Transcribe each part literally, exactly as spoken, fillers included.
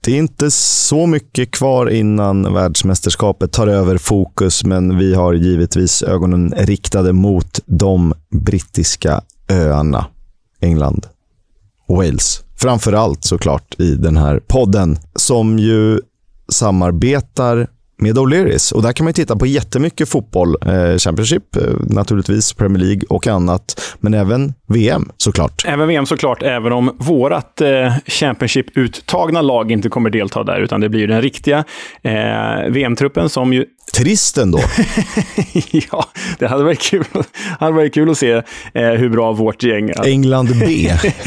Det är inte så mycket kvar innan världsmästerskapet tar över fokus, men vi har givetvis ögonen riktade mot de brittiska öarna, England och Wales. Framförallt såklart i den här podden som ju samarbetar med O'Learys. Och där kan man ju titta på jättemycket fotboll. Eh, Championship, eh, naturligtvis, Premier League och annat. Men även V M såklart. Även V M såklart, även om vårat eh, Championship-uttagna lag inte kommer delta där, utan det blir den riktiga eh, V M-truppen som ju... Trist ändå. Ja, det hade varit kul, hade varit kul att se eh, hur bra vårt gäng... England B.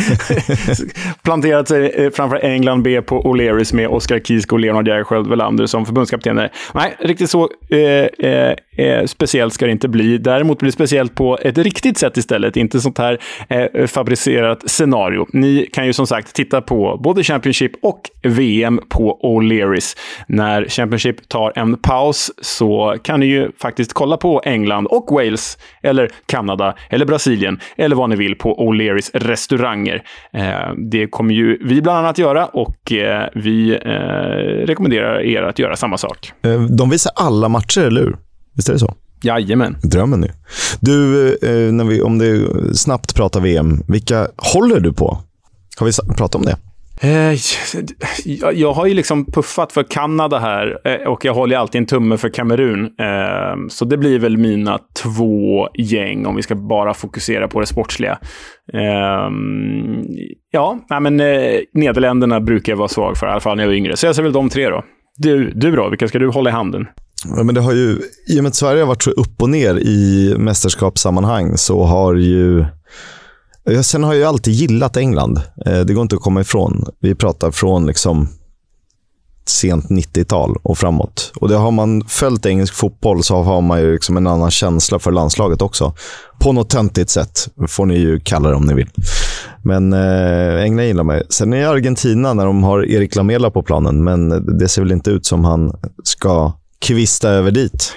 planterat sig eh, framför England B på O'Learys med Oskar Kisk och Leonard Jägerskiöld Welander som förbundskaptener. Nej, riktigt så eh, eh, speciellt ska det inte bli. Däremot blir det speciellt på ett riktigt sätt istället. Inte sånt här eh, fabricerat scenario. Ni kan ju som sagt titta på både Championship och V M på O'Learys. När Championship tar en paus så kan ni ju faktiskt kolla på England och Wales eller Kanada eller Brasilien eller vad ni vill på O'Learys restauranger. Eh, det kommer ju vi bland annat göra och eh, vi eh, rekommenderar er att göra samma sak. De visar alla matcher, eller hur? Visst är det så? Jajamän. Drömmen nu. Du, eh, när vi, om det snabbt pratar V M, vilka håller du på? Har vi pratat om det? Eh, jag, jag har ju liksom puffat för Kanada här eh, och jag håller alltid en tumme för Kamerun. Eh, så det blir väl mina två gäng om vi ska bara fokusera på det sportsliga. Eh, ja, nej, men eh, Nederländerna brukar jag vara svag för, i alla fall när jag var yngre. Så jag ser väl de tre då. Du, du då, vilka ska du hålla i handen? Ja, men det har ju, i och med att Sverige har varit så upp och ner i mästerskapssammanhang så har ju... Jag sen har jag ju alltid gillat England. Det går inte att komma ifrån. Vi pratar från liksom sent nittiotal och framåt. Och det har man följt engelsk fotboll så har man ju liksom en annan känsla för landslaget också. På något töntigt sätt får ni ju kalla det om ni vill. Men eh, England gillar mig. Sen är Argentina när de har Erik Lamela på planen. Men det ser väl inte ut som han ska kvista över dit.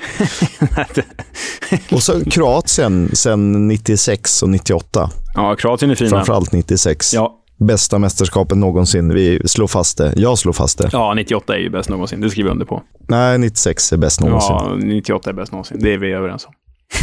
Och så Kroatien sen nittiosex och nittioåtta. Ja, Kroatien är fina. Framförallt nittiosex. Ja. Bästa mästerskapen någonsin. Vi slår fast det. Jag slår fast det. Ja, nittioåtta är ju bäst någonsin. Det skriver jag under på. Nej, nittiosex är bäst någonsin. Ja, nittioåtta är bäst någonsin. Det är vi överens om.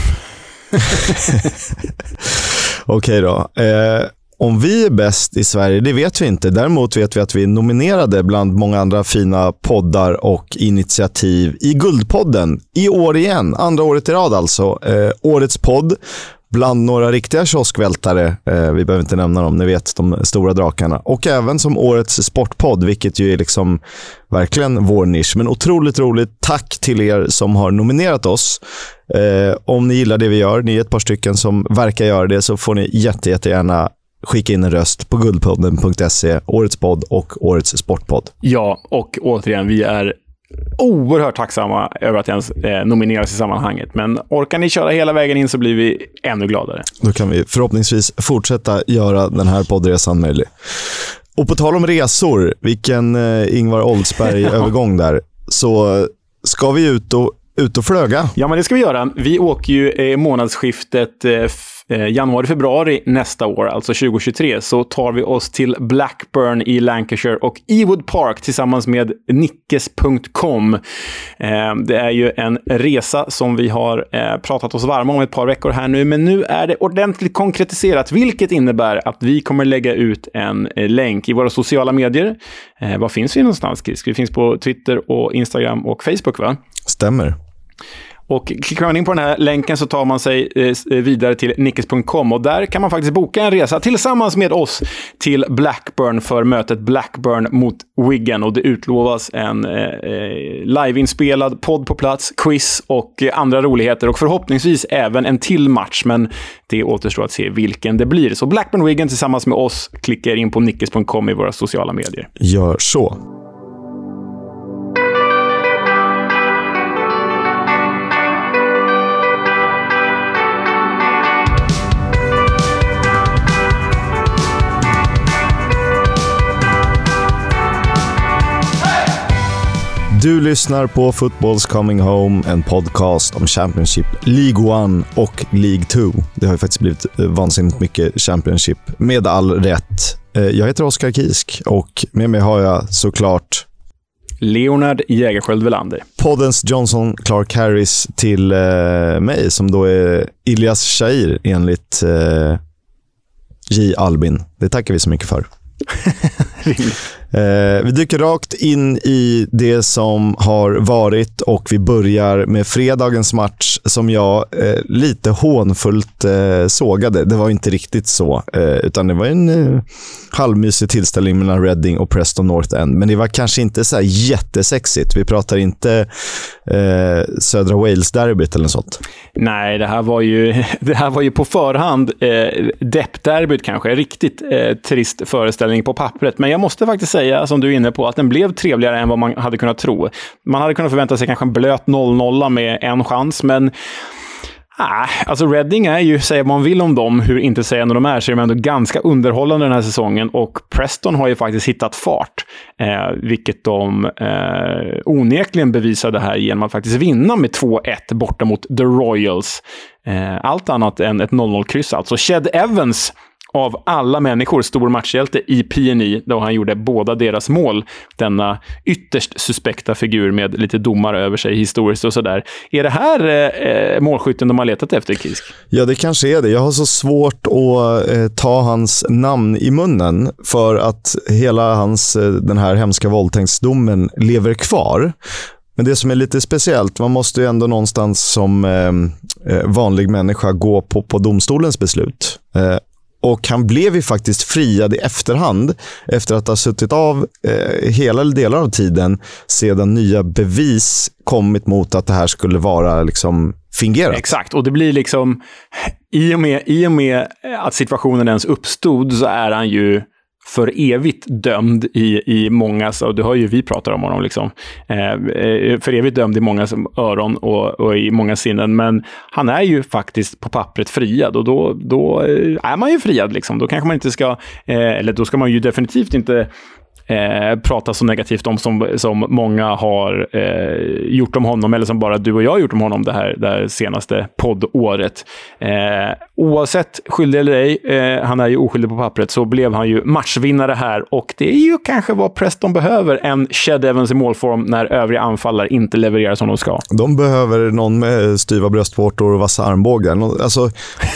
Okej då. Eh, om vi är bäst i Sverige, det vet vi inte. Däremot vet vi att vi är nominerade bland många andra fina poddar och initiativ i Guldpodden. I år igen. Andra året i rad alltså. Eh, årets podd. Bland några riktiga kioskvältare, eh, vi behöver inte nämna dem, ni vet, de stora drakarna. Och även som årets sportpodd, vilket ju är liksom verkligen vår nisch. Men otroligt roligt, tack till er som har nominerat oss. Eh, om ni gillar det vi gör, ni är ett par stycken som verkar göra det, så får ni jätte, jättegärna skicka in en röst på guldpodden punkt se, årets podd och årets sportpodd. Ja, och återigen, vi är oerhört tacksamma över att ens eh, nomineras i sammanhanget. Men orkar ni köra hela vägen in så blir vi ännu gladare. Då kan vi förhoppningsvis fortsätta göra den här poddresan möjlig. Och på tal om resor, vilken eh, Ingvar Oldsberg-övergång där, så ska vi ut och, ut och flöga. Ja, men det ska vi göra. Vi åker ju eh, månadsskiftet eh, januari-februari nästa år, alltså tjugohundratjugotre, så tar vi oss till Blackburn i Lancashire och Ewood Park tillsammans med nickes punkt com. Det är ju en resa som vi har pratat oss varma om ett par veckor här nu, men nu är det ordentligt konkretiserat, vilket innebär att vi kommer lägga ut en länk i våra sociala medier. Var finns vi någonstans, Chris? Vi finns på Twitter och Instagram och Facebook, va? Stämmer. Och klickar man in på den här länken så tar man sig eh, vidare till nickes punkt com och där kan man faktiskt boka en resa tillsammans med oss till Blackburn för mötet Blackburn mot Wigan, och det utlovas en eh, liveinspelad podd på plats, quiz och eh, andra roligheter och förhoppningsvis även en till match, men det återstår att se vilken det blir. Så Blackburn Wigan tillsammans med oss, klickar in på nickes punkt com i våra sociala medier. Gör så. Du lyssnar på Football's Coming Home, en podcast om Championship, League One och League Two. Det har ju faktiskt blivit vansinnigt mycket Championship, med all rätt. Jag heter Oskar Kisk och med mig har jag såklart Leonard Jägerskiöld Welander. Poddens Johnson Clark Harris till eh, mig, som då är Ilyas Shahir enligt eh, J. Albin. Det tackar vi så mycket för. eh, vi dyker rakt in i det som har varit och vi börjar med fredagens match som jag eh, lite hånfullt eh, sågade. Det var inte riktigt så, eh, utan det var en eh, halvmysig tillställning mellan Reading och Preston North End, men det var kanske inte så här jättesexigt. Vi pratar inte eh, södra Wales-derbyt eller något sånt. Nej, det här var ju, det här var ju på förhand eh, Depp-derbyt kanske. Riktigt eh, trist föreställning på pappret. Men jag måste faktiskt säga, som du är inne på, att den blev trevligare än vad man hade kunnat tro. Man hade kunnat förvänta sig kanske en blöt noll noll med en chans, men ah, alltså Reading är ju, säger man vill om dem, hur inte säga när de är, så är de ändå ganska underhållande den här säsongen, och Preston har ju faktiskt hittat fart, eh, vilket de eh, onekligen bevisade här genom att faktiskt vinna med två ett borta mot The Royals. Eh, allt annat än ett noll noll-kryss alltså. Ched Evans, av alla människor, stor matchhjälte i P N E, då han gjorde båda deras mål. Denna ytterst suspekta figur med lite domare över sig historiskt och sådär. Är det här eh, målskytten de har letat efter, Kisk? Ja, det kanske är det. Jag har så svårt att eh, ta hans namn i munnen för att hela hans, eh, den här hemska våldtäktsdomen lever kvar. Men det som är lite speciellt, man måste ju ändå någonstans som eh, vanlig människa gå på, på domstolens beslut. Eh, Och han blev ju faktiskt friad i efterhand efter att ha suttit av eh, hela eller delar av tiden sedan nya bevis kommit mot att det här skulle vara liksom fingerat. Exakt, och det blir liksom i och med, i och med att situationen ens uppstod, så är han ju för evigt dömd i, i många, och det har ju vi pratat om honom liksom, eh, för evigt dömd i många öron och, och i många sinnen, men han är ju faktiskt på pappret friad, och då, då är man ju friad liksom. Då kanske man inte ska, eh, eller då ska man ju definitivt inte Eh, prata så negativt om som, som många har eh, gjort om honom, eller som bara du och jag har gjort om honom det här, det här senaste poddåret. Eh, oavsett skyldig eller ej, eh, han är ju oskyldig på pappret, så blev han ju matchvinnare här, och det är ju kanske vad Preston behöver, en Ched Evans i målform när övriga anfallare inte levererar som de ska. De behöver någon med styva bröstvårtor och vassa armbågar. Alltså,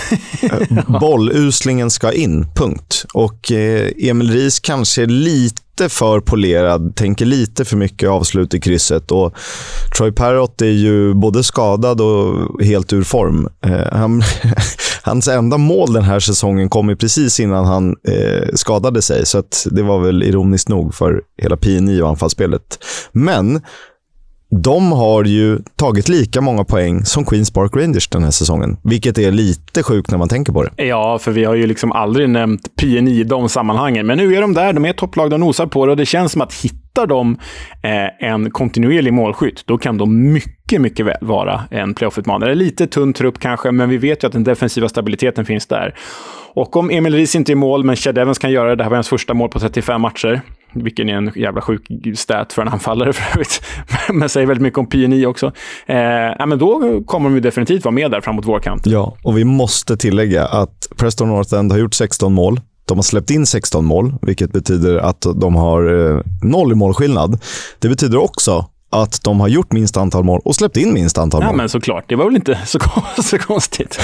bolluslingen ska in, punkt. Och eh, Emil Ries kanske lite för polerad, tänker lite för mycket avslut i krysset, och Troy Parrott är ju både skadad och helt ur form. Eh, han, hans enda mål den här säsongen kom ju precis innan han eh, skadade sig, så att det var väl ironiskt nog för hela P N E och anfallsspelet. Men de har ju tagit lika många poäng som Queens Park Rangers den här säsongen, vilket är lite sjukt när man tänker på det. Ja, för vi har ju liksom aldrig nämnt P N E i de sammanhangen, men nu är de där, de är topplag, de nosar på det, och det känns som att hittar de eh, en kontinuerlig målskytt, då kan de mycket, mycket väl vara en playoff-utmanare. Lite tunn trupp kanske, men vi vet ju att den defensiva stabiliteten finns där. Och om Emil Ries inte är i mål, men Ched Evans kan göra det, det här var hans första mål på trettiofem matcher, vilken är en jävla sjuk stat för en anfallare för övrigt, men säger väldigt mycket om P N E också. Eh, ja, men då kommer de ju definitivt vara med där framåt vårkant. Ja, och vi måste tillägga att Preston North End har gjort sexton mål. De har släppt in sexton mål, vilket betyder att de har eh, noll i målskillnad. Det betyder också att de har gjort minst antal mål och släppt in minst antal mål. Ja, men såklart. Det var väl inte så, så konstigt.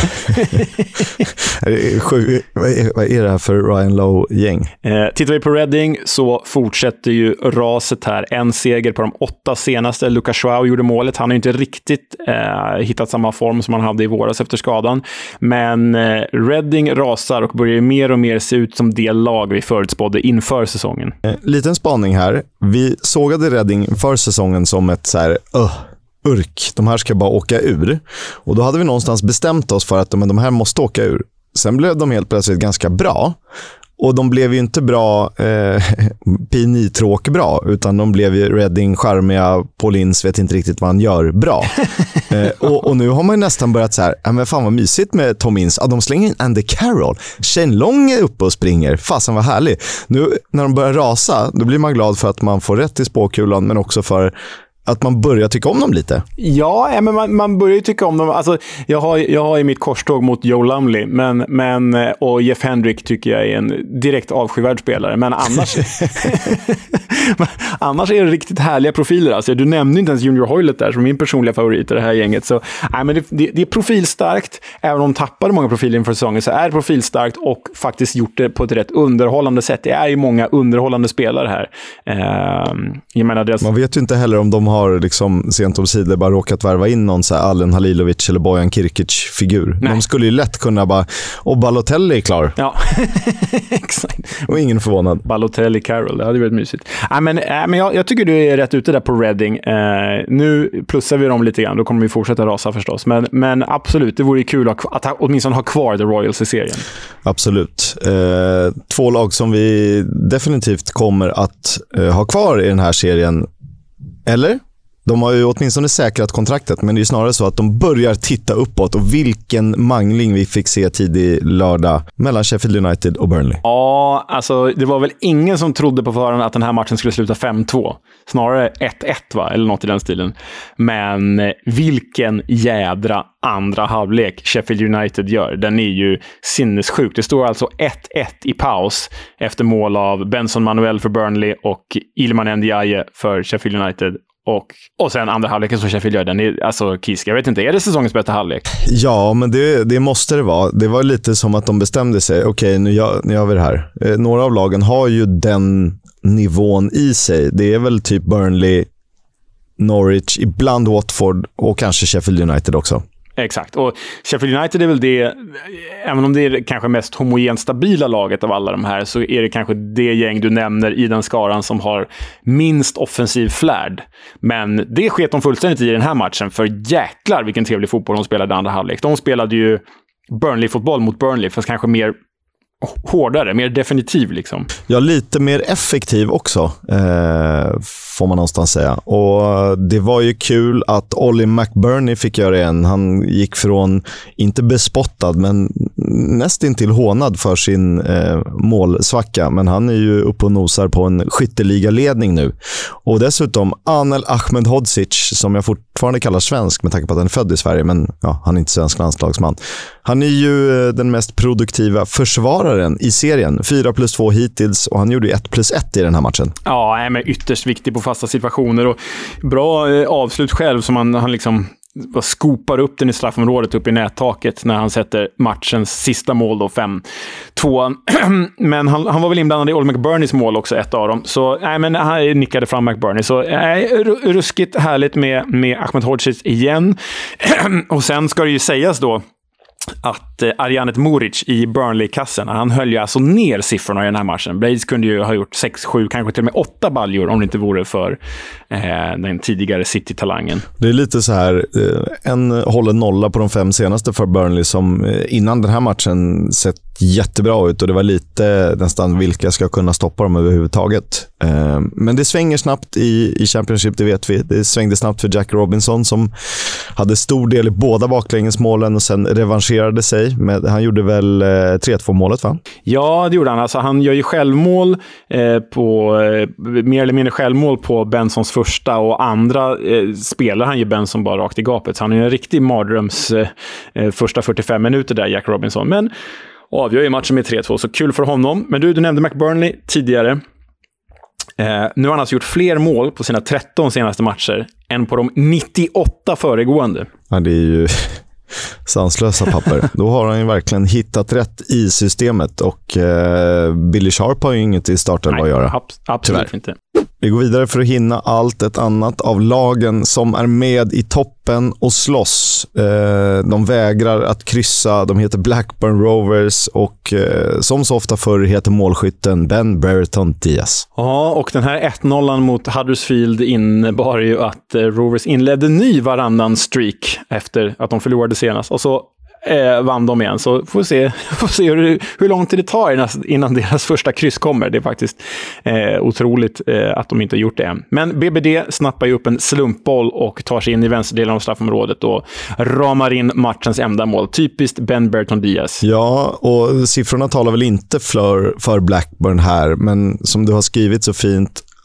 Sju, vad är det här för Ryan Lowe-gäng? Eh, tittar vi på Reading så fortsätter ju raset här. En seger på de åtta senaste. Lucas Joao gjorde målet. Han har ju inte riktigt eh, hittat samma form som han hade i våras efter skadan. Men eh, Reading rasar och börjar mer och mer se ut som det lag vi förutspådde inför säsongen. Eh, liten spaning här. Vi sågade Reading för säsongen som ett så här... Uh. urk, de här ska bara åka ur. Och då hade vi någonstans bestämt oss för att de, de här måste åka ur. Sen blev de helt plötsligt ganska bra. Och de blev ju inte bra eh, P N E-tråk bra, utan de blev ju Reading, charmiga, Paulins vet inte riktigt vad han gör bra. eh, och, och nu har man ju nästan börjat så här, ja men fan vad mysigt med Tom Ince. Ja, de slänger in Andy Carroll. Shane Long är uppe och springer. Fasen vad härlig. Nu när de börjar rasa, då blir man glad för att man får rätt i spåkulan, men också för att man börjar tycka om dem lite? Ja, men man, man börjar ju tycka om dem. Alltså, jag har, jag har i mitt korståg mot Joe Lumley, men, men, och Jeff Hendrick tycker jag är en direkt avskyvärd spelare. Men annars, annars är det riktigt härliga profiler. Alltså, du nämnde inte ens Junior Hoylett där som min personliga favorit i det här gänget. Så, nej, men det, det, det är profilstarkt. Även om de tappade många profiler inför säsongen så är det profilstarkt och faktiskt gjort det på ett rätt underhållande sätt. Det är ju många underhållande spelare här. Eh, jag menar, deras... Man vet ju inte heller om de har liksom sent om sidor bara råkat värva in någon så här Alen Halilovic eller Bojan Kirkic-figur. De skulle ju lätt kunna bara, och Balotelli är klar. Ja, exakt. Och ingen förvånad. Balotelli Carroll, det hade varit mysigt. Äh, men äh, men jag, jag tycker du är rätt ute där på Reading. Eh, nu plussar vi dem lite grann, då kommer vi fortsätta rasa förstås. Men, men absolut, det vore kul att, att åtminstone ha kvar The Royals i serien. Absolut. Eh, två lag som vi definitivt kommer att eh, ha kvar i den här serien. Eller? De har ju åtminstone säkrat kontraktet, men det är snarare så att de börjar titta uppåt. Och vilken mangling vi fick se tidig lördag mellan Sheffield United och Burnley. Ja, alltså det var väl ingen som trodde på förhand att den här matchen skulle sluta fem två. Snarare ett ett, va? Eller något i den stilen. Men vilken jädra andra halvlek Sheffield United gör. Den är ju sinnessjuk. Det står alltså ett ett i paus efter mål av Benson Manuel för Burnley och Iliman Ndiaye för Sheffield United. Och, och sen andra halvleken som Sheffield gör, den är, alltså Kisk, jag vet inte, är det säsongens bästa halvlek? Ja, men det, det måste det vara. Det var lite som att de bestämde sig, okej, okay, nu, gör, nu gör vi det här. Eh, några av lagen har ju den nivån i sig. Det är väl typ Burnley, Norwich, ibland Watford och kanske Sheffield United också. Exakt, och Sheffield United är väl det, även om det är kanske mest homogent stabila laget av alla de här, så är det kanske det gäng du nämner i den skaran som har minst offensiv flärd. Men det sket de fullständigt i den här matchen, för jäklar vilken trevlig fotboll de spelade i andra halvlek. De spelade ju Burnley-fotboll mot Burnley, fast kanske mer hårdare, mer definitiv liksom. Ja, lite mer effektiv också, eh, får man någonstans säga. Och det var ju kul att Ollie McBurney fick göra en. Han gick från, inte bespottad, men nästintill hånad för sin eh, målsvacka. Men han är ju uppe och nosar på en skytteligaledning nu. Och dessutom Anel Ahmedhodzic, som jag fortfarande kallar svensk med tanke på att han är född i Sverige, men ja, han är inte svensk landslagsman. Han är ju den mest produktiva försvararen i serien. fyra plus två hittills och han gjorde ju ett plus ett i den här matchen. Ja, men ytterst viktig på fasta situationer och bra eh, avslut själv som han, han liksom skopar upp den i straffområdet upp i nättaket när han sätter matchens sista mål då, fem två. Men han, han var väl inblandad i Ollie McBurneys mål också, ett av dem. Så nej, men han nickade fram McBurney. Så nej, ruskigt härligt med, med Ahmedhodzic igen. Och sen ska det ju sägas då att eh, Arjanet Muric i Burnley-kassen, han höll ju alltså ner siffrorna i den här matchen. Blades kunde ju ha gjort sex sju, kanske till och med åtta baljor om det inte vore för eh, den tidigare City-talangen. Det är lite så här, eh, en håller nolla på de fem senaste för Burnley som eh, innan den här matchen sett jättebra ut och det var lite nästan vilka ska kunna stoppa dem överhuvudtaget. Eh, men det svänger snabbt i, i Championship, det vet vi. Det svängde snabbt för Jack Robinson som hade stor del i båda baklängesmålen och sen revanscherade sig. Med, han gjorde väl eh, tre två målet, va? Ja, det gjorde han. Alltså, han gör ju självmål eh, på, eh, mer eller mindre självmål på Bensons första och andra eh, spelar han ju Benson bara rakt i gapet. Så han är en riktig mardröms eh, första fyrtiofem minuter där, Jack Robinson. Men avgör ju matchen med tre två, så kul för honom. Men du, du nämnde McBurney tidigare. Eh, nu har han alltså gjort fler mål på sina tretton senaste matcher än på de nittioåtta föregående. Ja, det är ju sanslösa papper. Då har han ju verkligen hittat rätt i systemet och eh, Billy Sharp har ju inget i starten att göra. Ab- absolut Tyvärr. inte. Vi går vidare för att hinna allt ett annat av lagen som är med i toppen och slåss. Eh, de vägrar att kryssa. De heter Blackburn Rovers och eh, som så ofta förr heter målskytten Ben Brereton Diaz. Ja, och den här ett noll mot Huddersfield innebar ju att eh, Rovers inledde ny varannan streak efter att de förlorade senast. Och så Eh, vann de igen, så får vi se, får se hur, hur lång tid det tar innan, innan deras första kryss kommer. Det är faktiskt eh, otroligt eh, att de inte har gjort det än. Men B B D snappar ju upp en slumpboll och tar sig in i vänsterdelen av straffområdet och ramar in matchens enda mål. Typiskt Ben Brereton Diaz. Ja, och siffrorna talar väl inte för, för Blackburn här, men som du har skrivit så fint,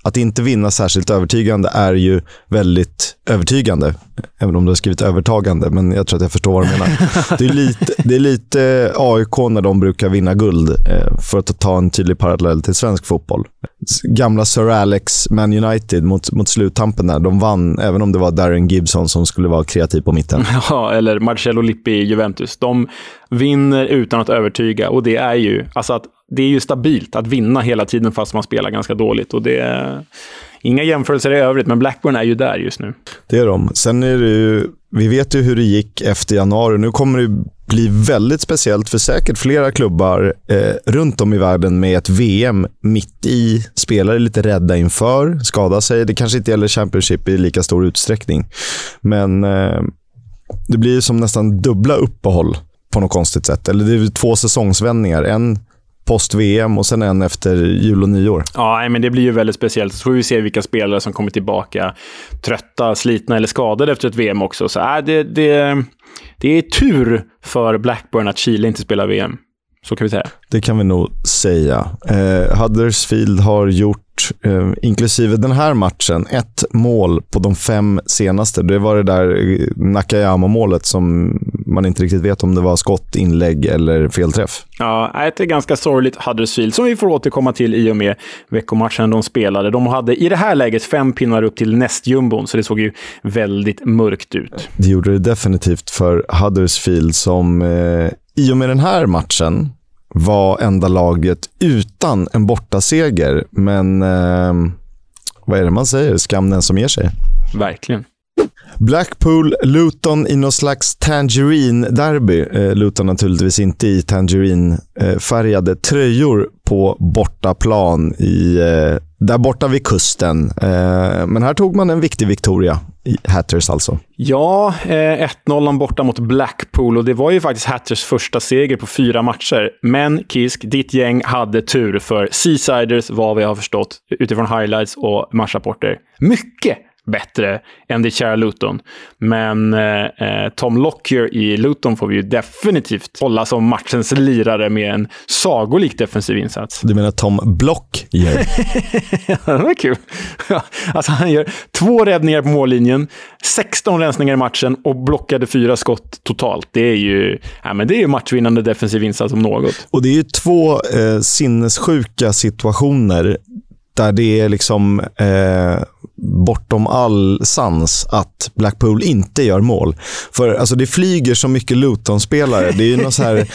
att inte vinna särskilt övertygande är ju väldigt övertygande. Även om du har skrivit övertagande, men jag tror att jag förstår vad du menar. Det är lite, det är lite A I K när de brukar vinna guld, eh, för att ta en tydlig parallell till svensk fotboll. Gamla Sir Alex Man United mot, mot sluttampen där, de vann även om det var Darren Gibson som skulle vara kreativ på mitten. Ja, eller Marcello Lippi i Juventus. De vinner utan att övertyga, och det är ju alltså att det är ju stabilt att vinna hela tiden fast man spelar ganska dåligt, och det är inga jämförelser i övrigt, men Blackburn är ju där just nu. Det är de. Sen är det ju, vi vet ju hur det gick efter januari. Nu kommer det bli väldigt speciellt för säkert flera klubbar eh, runt om i världen med ett V M mitt i. Spelare är lite rädda inför, skada sig. Det kanske inte gäller Championship i lika stor utsträckning. Men eh, det blir som nästan dubbla uppehåll på något konstigt sätt. Eller det är två säsongsvändningar. En post-V M och sen en efter jul och nyår. Ja, men det blir ju väldigt speciellt. Så får vi se vilka spelare som kommer tillbaka trötta, slitna eller skadade efter ett V M också. Så äh, det, det, det är tur för Blackburn att Chile inte spelar V M. Så kan vi säga. Det kan vi nog säga. Eh, Huddersfield har gjort, eh, inklusive den här matchen, ett mål på de fem senaste. Det var det där Nakayama-målet som man inte riktigt vet om det var skott, inlägg eller felträff. Ja, ett ganska sorgligt Huddersfield som vi får återkomma till i och med veckomatchen de spelade. De hade i det här läget fem pinnar upp till nästjumbon, så det såg ju väldigt mörkt ut. Det gjorde det definitivt för Huddersfield som eh, i och med den här matchen var enda laget utan en bortaseger. Men eh, vad är det man säger? Skam den som ger sig. Verkligen. Blackpool, Luton i någon slags tangerine-derby. Eh, Luton naturligtvis inte i tangerine-färgade tröjor på bortaplan i, eh, där borta vid kusten. Eh, men här tog man en viktig Victoria i Hatters alltså. Ja, eh, ett noll borta mot Blackpool, och det var ju faktiskt Hatters första seger på fyra matcher. Men Kisk, ditt gäng hade tur, för Seasiders, vad vi har förstått utifrån highlights och matchrapporter, mycket bättre än det kära Luton. Men eh, Tom Lockyer i Luton får vi ju definitivt hålla som matchens lirare med en sagolik defensiv insats. Du menar Tom Block gör? Ja, det var kul. Alltså han gör två räddningar på mållinjen, sexton rensningar i matchen och blockade fyra skott totalt. Det är ju, ja, men det är ju matchvinnande defensiv insats om något. Och det är ju två eh, sinnessjuka situationer där det är liksom eh, bortom all sans att Blackpool inte gör mål. För alltså, det flyger så mycket Luton-spelare. Det är ju någon så här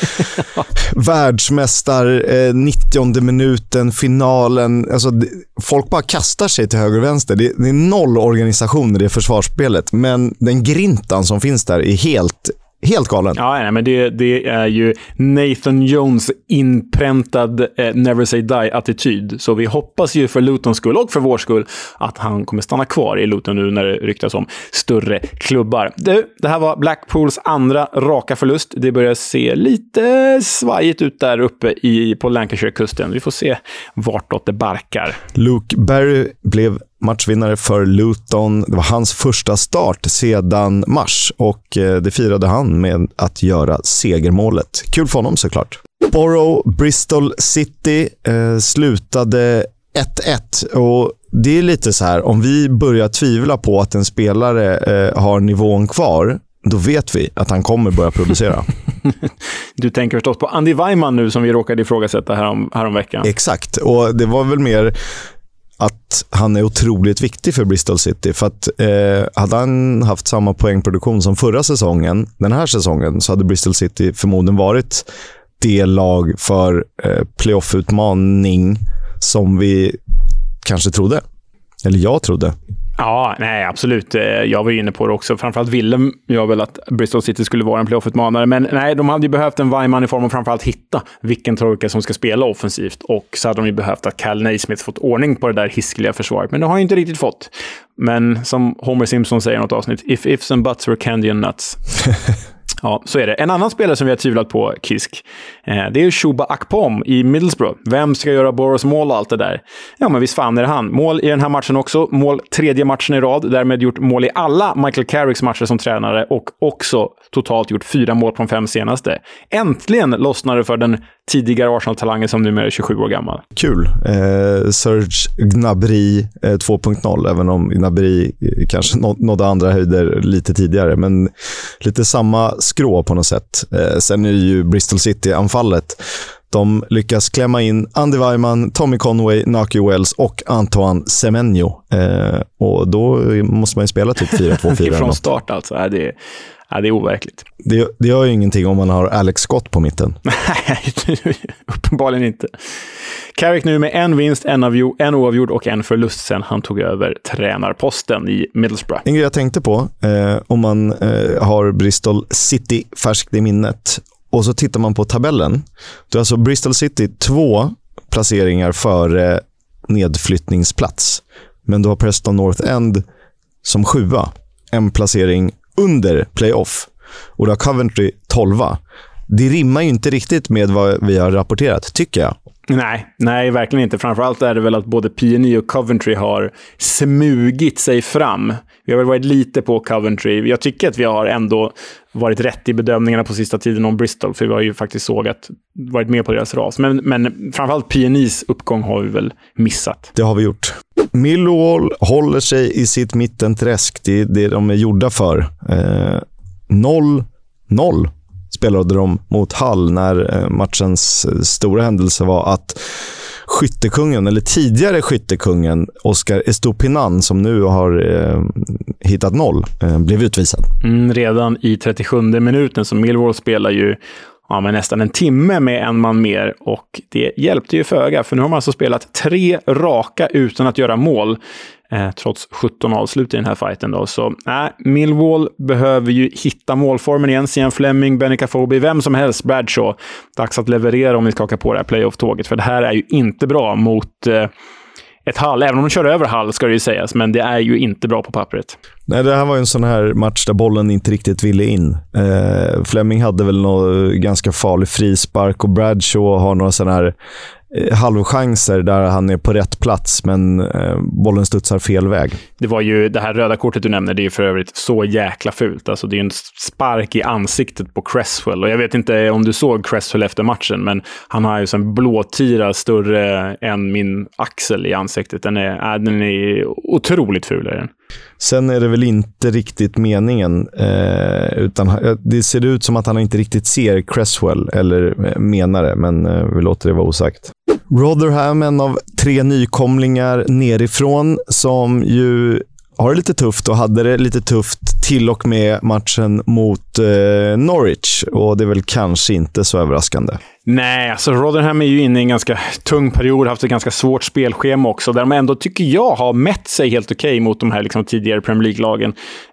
världsmästar, eh, nittionde minuten, finalen. Alltså, det, folk bara kastar sig till höger och vänster. Det, det är noll organisation i det försvarsspelet. Men den grintan som finns där är helt... Helt galen. Ja, nej, men det, det är ju Nathan Jones inpräntad eh, never say die-attityd. Så vi hoppas ju för Lutons skull och för vår skull att han kommer stanna kvar i Luton nu när det ryktas om större klubbar. Det, det här var Blackpools andra raka förlust. Det börjar se lite svajigt ut där uppe i, på Lancashire-kusten. Vi får se vartåt det barkar. Luke Barry blev matchvinnare för Luton. Det var hans första start sedan mars och det firade han med att göra segermålet. Kul för honom såklart. Borough, Bristol City eh, slutade ett ett och det är lite så här, om vi börjar tvivla på att en spelare eh, har nivån kvar, då vet vi att han kommer börja producera. Du tänker förstås på Andy Weimann nu som vi råkade ifrågasätta härom, härom veckan. Exakt, och det var väl mer att han är otroligt viktig för Bristol City, för att eh, hade han haft samma poängproduktion som förra säsongen, den här säsongen, så hade Bristol City förmodligen varit det lag för eh, playoff-utmaning som vi kanske trodde. Eller jag trodde. Ja, nej, absolut. Jag var inne på det också. Framförallt ville jag väl att Bristol City skulle vara en playoff-utmanare. Men nej, de hade ju behövt en Weimann i form av framförallt hitta vilken trojka som ska spela offensivt. Och så hade de ju behövt att Cal Naismith fått ordning på det där hiskeliga försvaret. Men det har han ju inte riktigt fått. Men som Homer Simpson säger i något avsnitt, if ifs and buts were candy and nuts. Ja, så är det. En annan spelare som vi har tvivlat på, Kisk, eh, det är ju Chuba Akpom i Middlesbrough. Vem ska göra Boros mål och allt det där? Ja, men visst fan är det han. Mål i den här matchen också. Mål tredje matchen i rad. Därmed gjort mål i alla Michael Carricks matcher som tränare och också totalt gjort fyra mål på de fem senaste. Äntligen lossnade för den tidigare Arsenal-talanger som numera är tjugosju år gammal. Kul. Eh, Serge Gnabry eh, två punkt noll, även om Gnabry eh, kanske nåd, nådde andra höjder lite tidigare, men lite samma skrå på något sätt. Eh, sen är det ju Bristol City-anfallet. De lyckas klämma in Andy Weimann, Tommy Conway, Naki Wells och Antoine Semenyo. Eh, och då måste man ju spela typ fyra två fyra. Från start alltså. Är det, är det overkligt. Det, det gör ju ingenting om man har Alex Scott på mitten. Nej, uppenbarligen inte. Carrick nu med en vinst, en, avgjord, en oavgjord och en förlust sen han tog över tränarposten i Middlesbrough. En grej jag tänkte på, eh, om man eh, har Bristol City färskt i minnet och så tittar man på tabellen, då är alltså Bristol City två placeringar före nedflyttningsplats. Men du har Preston North End som sjua, en placering under playoff. Och du har Coventry tolva. Det rimmar ju inte riktigt med vad vi har rapporterat, tycker jag. Nej, nej, verkligen inte. Framförallt är det väl att både P and E och Coventry har smugit sig fram. Vi har väl varit lite på Coventry. Jag tycker att vi har ändå varit rätt i bedömningarna på sista tiden om Bristol, för vi har ju faktiskt sågat, varit med på deras ras. Men, men framförallt P and E's uppgång har vi väl missat. Det har vi gjort. Millwall håller sig i sitt mittenträsk. Det är det de är gjorda för. Eh, noll noll spelade de mot Hull när matchens stora händelse var att skyttekungen, eller tidigare skyttekungen Oscar Estupinan, som nu har eh, hittat noll, eh, blev utvisad. Mm, redan i trettiosjunde minuten, så Millwall spelar ju ja, men nästan en timme med en man mer, och det hjälpte ju föga, för nu har man alltså spelat tre raka utan att göra mål. Eh, trots sjutton avslut i den här fighten då. Så nej, Millwall behöver ju hitta målformen igen. Sian Fleming, Benny Cafobi, vem som helst, Bradshaw. Dags att leverera om vi ska haka på det här playoff-tåget. För det här är ju inte bra mot eh, ett Hull. Även om de kör över Hull ska det ju sägas. Men det är ju inte bra på pappret. Nej, det här var ju en sån här match där bollen inte riktigt ville in. Eh, Fleming hade väl någon ganska farlig frispark, och Bradshaw har några sådana här halvchanser där han är på rätt plats, men eh, bollen studsar fel väg. Det var ju det här röda kortet du nämnde, det är ju för övrigt så jäkla fult. Alltså det är en spark i ansiktet på Cresswell, och jag vet inte om du såg Cresswell efter matchen, men han har ju en blåtira större än min axel i ansiktet. Den är, äh, den är otroligt ful. Är den. Sen är det väl inte riktigt meningen, eh, utan det ser ut som att han inte riktigt ser Cresswell eller menar det, men eh, vi låter det vara osagt. Rotherham, en av tre nykomlingar nerifrån, som ju har det lite tufft och hade det lite tufft till och med matchen mot eh, Norwich, och det är väl kanske inte så överraskande. Nej, alltså Rotherham är ju inne i en ganska tung period, haft ett ganska svårt spelschema också, där de ändå tycker jag har mätt sig helt okej okay mot de här liksom tidigare Premier League-lagen.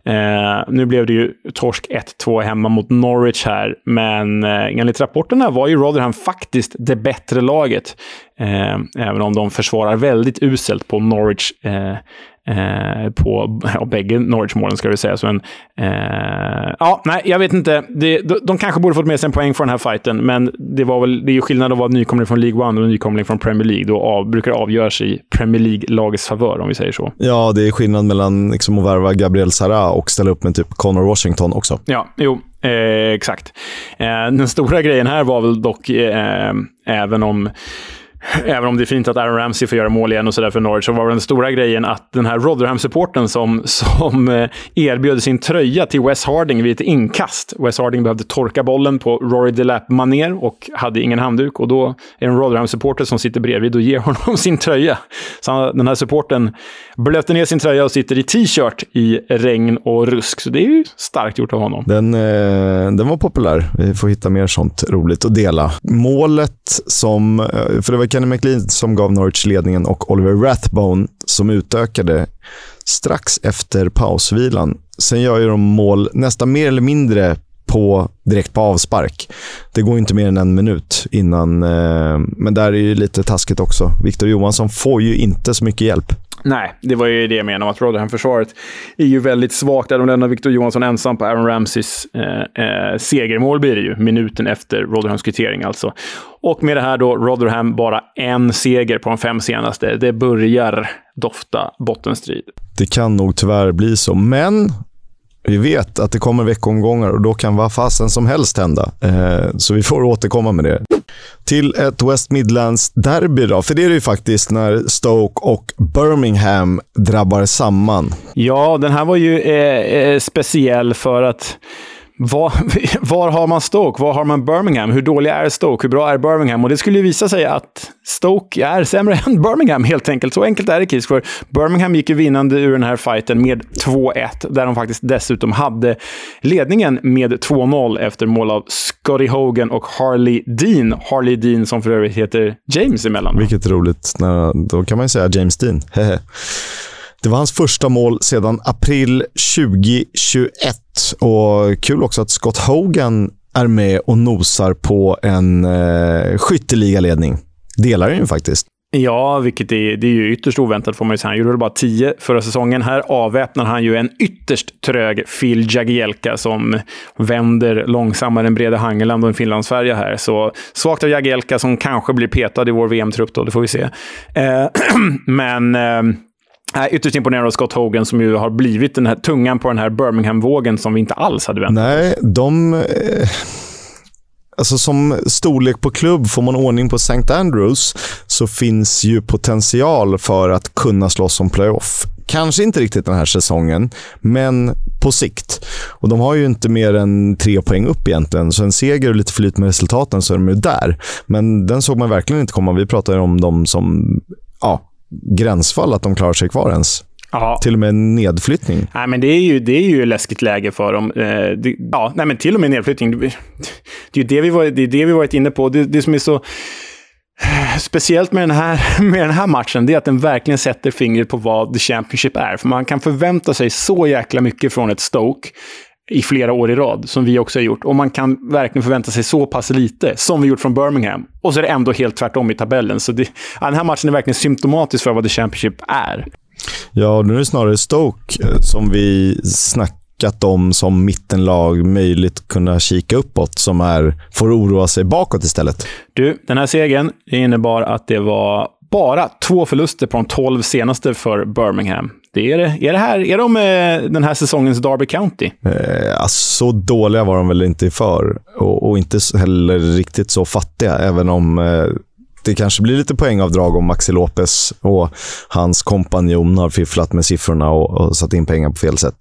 Eh, nu blev det ju torsk ett två hemma mot Norwich här, men eh, enligt rapporterna var ju Rotherham faktiskt det bättre laget. Eh, även om de försvarar väldigt uselt på Norwich, eh, eh, på ja, bägge Norwich-målen ska vi säga. Så en, eh, ja, nej, jag vet inte. Det, de, de kanske borde fått med sig en poäng för den här fighten, men det var väl, det är ju skillnad att vara nykomling från League One och nykomling från Premier League. Då av, brukar det avgöras i Premier League-lagets favör, om vi säger så. Ja, det är skillnad mellan liksom, att värva Gabriel Sara och ställa upp med typ Connor Washington också. Ja, jo. Eh, exakt. Eh, den stora grejen här var väl dock, eh, även om Även om det är fint att Aaron Ramsey får göra mål igen och sådär för Norwich, så var den stora grejen att den här Rotherham-supporten som, som erbjöd sin tröja till Wes Harding vid ett inkast. Wes Harding behövde torka bollen på Rory Delap-manér och hade ingen handduk, och då är det en Rotherham-supporter som sitter bredvid och ger honom sin tröja. Så den här supporten blöter ner sin tröja och sitter i t-shirt i regn och rusk. Så det är ju starkt gjort av honom. Den, eh, den var populär. Vi får hitta mer sånt roligt att dela. Målet som, för det var Kenny McLean som gav Norwich ledningen och Oliver Rathbone som utökade strax efter pausvilan. Sen gör ju de mål nästan mer eller mindre på direkt på avspark. Det går inte mer än en minut innan, eh, men där är ju lite taskigt också. Victor Johansson får ju inte så mycket hjälp. Nej, det var ju det jag menade, att Rotherham-försvaret är ju väldigt svagt där de lämnar Victor Johansson ensam på Aaron Ramseys eh, eh, segermål blir det ju, minuten efter Rotherhams kvittering alltså. Och med det här då, Rotherham bara en seger på de fem senaste. Det börjar dofta bottenstrid. Det kan nog tyvärr bli så, men vi vet att det kommer veckomgångar och då kan vad fasen som helst hända. Eh, så vi får återkomma med det. Till ett West Midlands-derby då, för det är det ju faktiskt när Stoke och Birmingham drabbar samman. Ja, den här var ju eh, speciell för att Var, var har man Stoke? Var har man Birmingham? Hur dålig är Stoke? Hur bra är Birmingham? Och det skulle ju visa sig att Stoke är sämre än Birmingham helt enkelt. Så enkelt är det, Kiss. För Birmingham gick ju vinnande ur den här fighten med två ett, där de faktiskt dessutom hade ledningen med två noll efter mål av Scotty Hogan och Harley Dean. Harley Dean som för övrigt heter James emellan. Vilket roligt. Då kan man ju säga James Dean. Det var hans första mål sedan april tjugohundratjugoett, och kul också att Scott Hogan är med och nosar på en eh, skytteligaledning. Delar den ju faktiskt. Ja, vilket är, det är ju ytterst oväntat får man ju säga. Han gjorde bara tio förra säsongen. Här avväpnar han ju en ytterst trög Phil Jagielka som vänder långsammare än Brede Hangeland och en finlandsfärja här. Så svagt av Jagielka som kanske blir petad i vår V M-trupp då, det får vi se. Eh, men... Eh, Äh, ytterst imponerad av Scott Hogan som ju har blivit den här tungan på den här Birmingham-vågen som vi inte alls hade väntat. Nej, de... Eh, alltså som storlek på klubb, får man ordning på Saint Andrews så finns ju potential för att kunna slåss om playoff. Kanske inte riktigt den här säsongen, men på sikt. Och de har ju inte mer än tre poäng upp egentligen, så en seger och lite flyt med resultaten så är de ju där. Men den såg man verkligen inte komma. Vi pratar om dem som... ja, gränsfall att de klarar sig kvar ens. Aha. Till och med nedflyttning. Nej, men det är ju det är ju läskigt läge för dem. Eh, det, ja, nej men till och med nedflyttning. Det, det är ju det vi var det är det vi varit inne på. Det, det som är så speciellt med den här med den här matchen, det är att den verkligen sätter fingret på vad The Championship är, för man kan förvänta sig så jäkla mycket från ett Stoke i flera år i rad, som vi också har gjort. Och man kan verkligen förvänta sig så pass lite som vi gjort från Birmingham. Och så är det ändå helt tvärtom i tabellen. Så det, ja, den här matchen är verkligen symptomatisk för vad The Championship är. Ja, nu är det snarare Stoke som vi snackat om som mittenlag möjligt kunna kika uppåt, som är får oroa sig bakåt istället. Du, den här segern innebar att det var bara två förluster på de tolv senaste för Birmingham. Det är, det, är det här är de eh, den här säsongens Derby County? Eh, alltså, så dåliga var de väl inte för, och, och inte heller riktigt så fattiga, även om eh, det kanske blir lite poängavdrag om Maxi Lopez och hans kompanjon har fifflat med siffrorna och, och satt in pengar på fel sätt.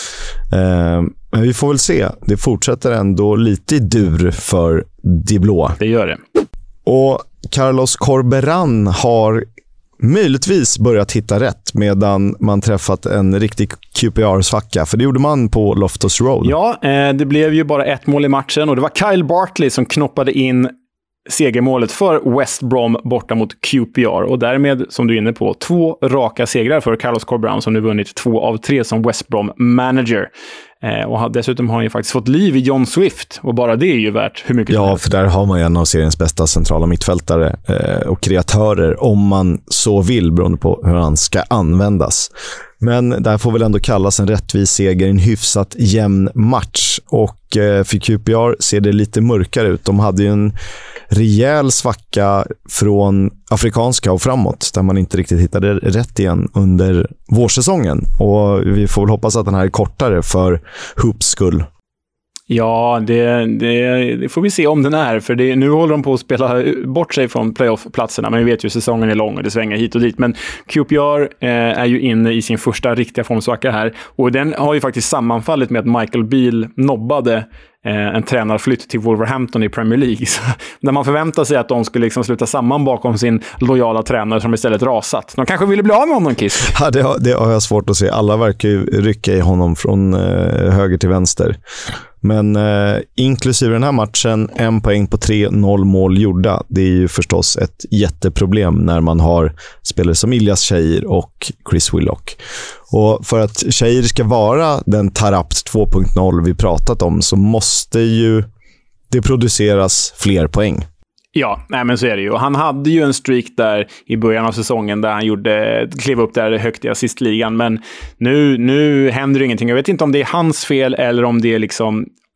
Eh, men vi får väl se. Det fortsätter ändå lite i dur för De Blå. Det gör det. Och Carlos Corberan har möjligtvis börjat hitta rätt medan man träffat en riktig Q P R-svacka. För det gjorde man på Loftus Road. Ja, eh, det blev ju bara ett mål i matchen och det var Kyle Bartley som knoppade in segermålet för West Brom borta mot Q P R. Och därmed, som du är inne på, två raka segrar för Carlos Corberan som nu vunnit två av tre som West Brom manager. Eh, och dessutom har han ju faktiskt fått liv i John Swift. Och bara det är ju värt hur mycket. Ja, för där har man ju en av seriens bästa centrala mittfältare eh, och kreatörer, om man så vill, beroende på hur han ska användas. Men där får väl ändå kallas en rättvis seger, en hyfsat jämn match. Och eh, för Q P R ser det lite mörkare ut. De hade ju en rejäl svacka från afrikanska och framåt, där man inte riktigt hittade rätt igen under vårsäsongen. Och vi får väl hoppas att den här är kortare för Hoops skull. Ja, det, det, det får vi se om den är. För det, nu håller de på att spela bort sig från playoff-platserna. Men vi vet ju att säsongen är lång och det svänger hit och dit. Men Q P R eh, är ju inne i sin första riktiga formsvacka här. Och den har ju faktiskt sammanfallit med att Michael Beale nobbade eh, en tränarflytt till Wolverhampton i Premier League. Så, där man förväntar sig att de skulle liksom sluta samman bakom sin lojala tränare som istället rasat. De kanske ville bli av med honom, Kiss. Ja, det har, det har jag svårt att se. Alla verkar ju rycka i honom från eh, höger till vänster. Men eh, inklusive den här matchen, en poäng på tre, noll mål gjorda. Det är ju förstås ett jätteproblem när man har spelare som Ilias Cheir och Chris Willock. Och för att Cheir ska vara den Tarapt två punkt noll vi pratat om, så måste ju det produceras fler poäng. Ja, nej men så är det ju. Och han hade ju en streak där i början av säsongen där han gjorde, klev upp där högt i assistligan. Men nu, nu händer det ingenting. Jag vet inte om det är hans fel eller om det är liksom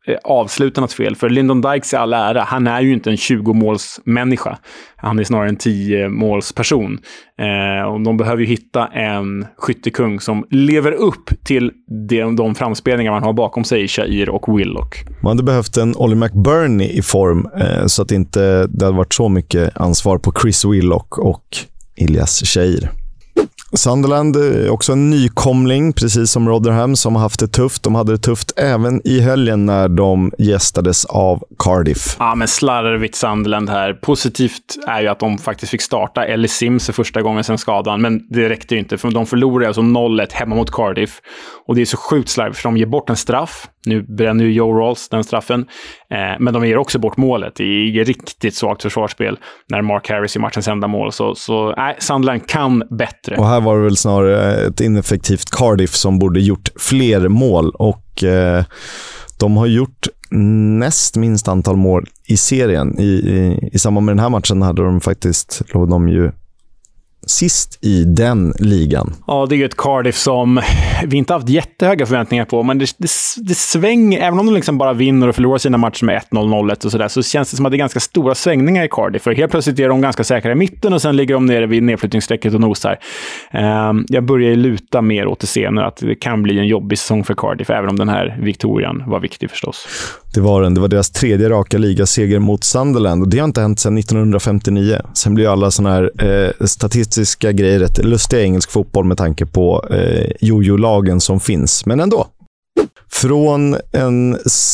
avsluta något fel. För Lyndon Dykes i all ära, han är ju inte en tjugo-målsmänniska. Han är snarare en tio-målsperson. Eh, och de behöver ju hitta en skyttekung som lever upp till de, de framspelningar man har bakom sig, Shahir och Willock. Man hade behövt en Ollie McBurney i form eh, så att inte det hade varit så mycket ansvar på Chris Willock och Ilias Shahir. Sunderland är också en nykomling, precis som Rotherham, som har haft det tufft. De hade det tufft även i helgen när de gästades av Cardiff. Ja, men slarvigt Sunderland här. Positivt är ju att de faktiskt fick starta Ellie Sims för första gången sedan skadan, men det räckte ju inte, för de förlorade alltså noll ett hemma mot Cardiff. Och det är så sjukt slarvigt, för de ger bort en straff. Nu bränner ju Joe Rolls den straffen. Eh, men de ger också bort målet. Det är riktigt svagt försvarsspel när Mark Harris i matchens enda mål. Så, så nej, Sunderland kan bättre. Och här var det väl snarare ett ineffektivt Cardiff som borde gjort fler mål. Och eh, de har gjort näst minst antal mål i serien. I, i, i samband med den här matchen hade de faktiskt, låg de ju sist i den ligan. Ja, det är ju ett Cardiff som vi inte haft jättehöga förväntningar på, men det, det, det svänger, även om de liksom bara vinner och förlorar sina matcher med ett noll noll ett och sådär, så känns det som att det är ganska stora svängningar i Cardiff, för helt plötsligt är de ganska säkra i mitten och sen ligger de nere vid nedflyttningsstrecket och nosar. Um, jag börjar luta mer åt det senare att det kan bli en jobbig säsong för Cardiff, även om den här Victorian var viktig förstås. Det var den. Det var deras tredje raka ligaseger mot Sunderland, och det har inte hänt sedan nittonhundrafemtionio. Sen blir alla såna här eh, statistiska grejer rätt lustiga engelsk fotboll med tanke på eh, jojo-lagen som finns. Men ändå. Från en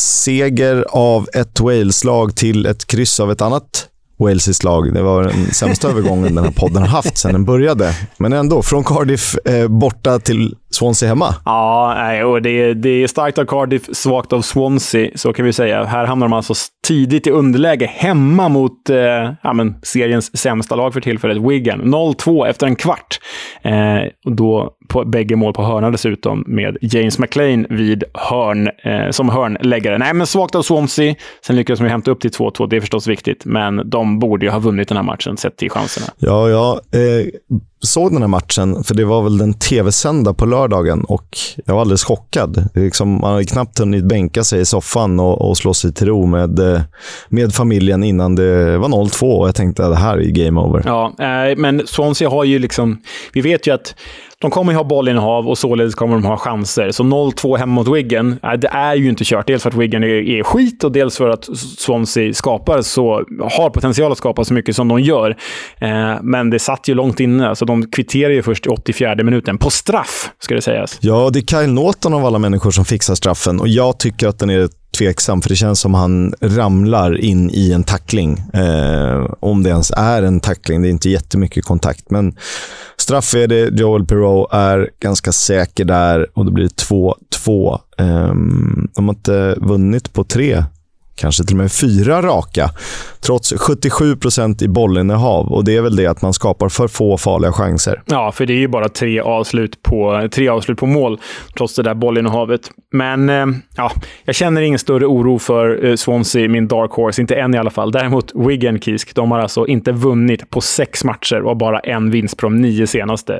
seger av ett Wales-lag till ett kryss av ett annat Walesiskt lag. Det var den sämsta övergången den här podden har haft sedan den började. Men ändå, från Cardiff eh, borta till Swansea hemma. Ja, och det är, det är starkt av Cardiff, svagt av Swansea, så kan vi säga. Här hamnar de alltså tidigt i underläge hemma mot eh, ja, men, seriens sämsta lag för tillfället, Wigan. noll två efter en kvart. Eh, och då på bägge mål på hörna dessutom, med James McLean vid hörn, eh, som hörnläggare. Nej, men svagt av Swansea. Sen lyckades de hämta upp till två två. Det är förstås viktigt, men de borde ju ha vunnit den här matchen sett till chanserna. Ja, ja. Eh, såg den här matchen, för det var väl den tv-sända på lördagen, och jag var alldeles chockad. Det är liksom, man hade knappt hunnit bänka sig i soffan och, och slå sig till ro med, med familjen innan det var noll två, och jag tänkte att det här är game over. Ja, eh, men Swansea har ju liksom, vi vet ju att de kommer ju ha bollinnehav och således kommer de ha chanser. Så noll två hemma mot Wigan, det är ju inte kört. Dels för att Wigan är, är skit, och dels för att Swansea skapar så, har potential att skapa så mycket som de gör. Eh, men det satt ju långt inne. Så de kvitterar ju först i åttiofjärde minuten. På straff, ska det sägas. Ja, det är Kyle Norton av alla människor som fixar straffen. Och jag tycker att den är tveksam, för det känns som han ramlar in i en tackling. Eh, om det ens är en tackling, det är inte jättemycket kontakt. Men straff är det. Joel Piroe är ganska säker där, och det blir två två. Eh, de har inte vunnit på tre, kanske till och med fyra raka, trots sjuttiosju procent i bollinnehav, och det är väl det att man skapar för få farliga chanser. Ja, för det är ju bara tre avslut på, tre avslut på mål trots det där bollinnehavet. Men eh, ja, jag känner ingen större oro för eh, Swansea, min dark horse, inte än i alla fall. Däremot Wigan, Kisk, de har alltså inte vunnit på sex matcher och bara en vinst på de nio senaste.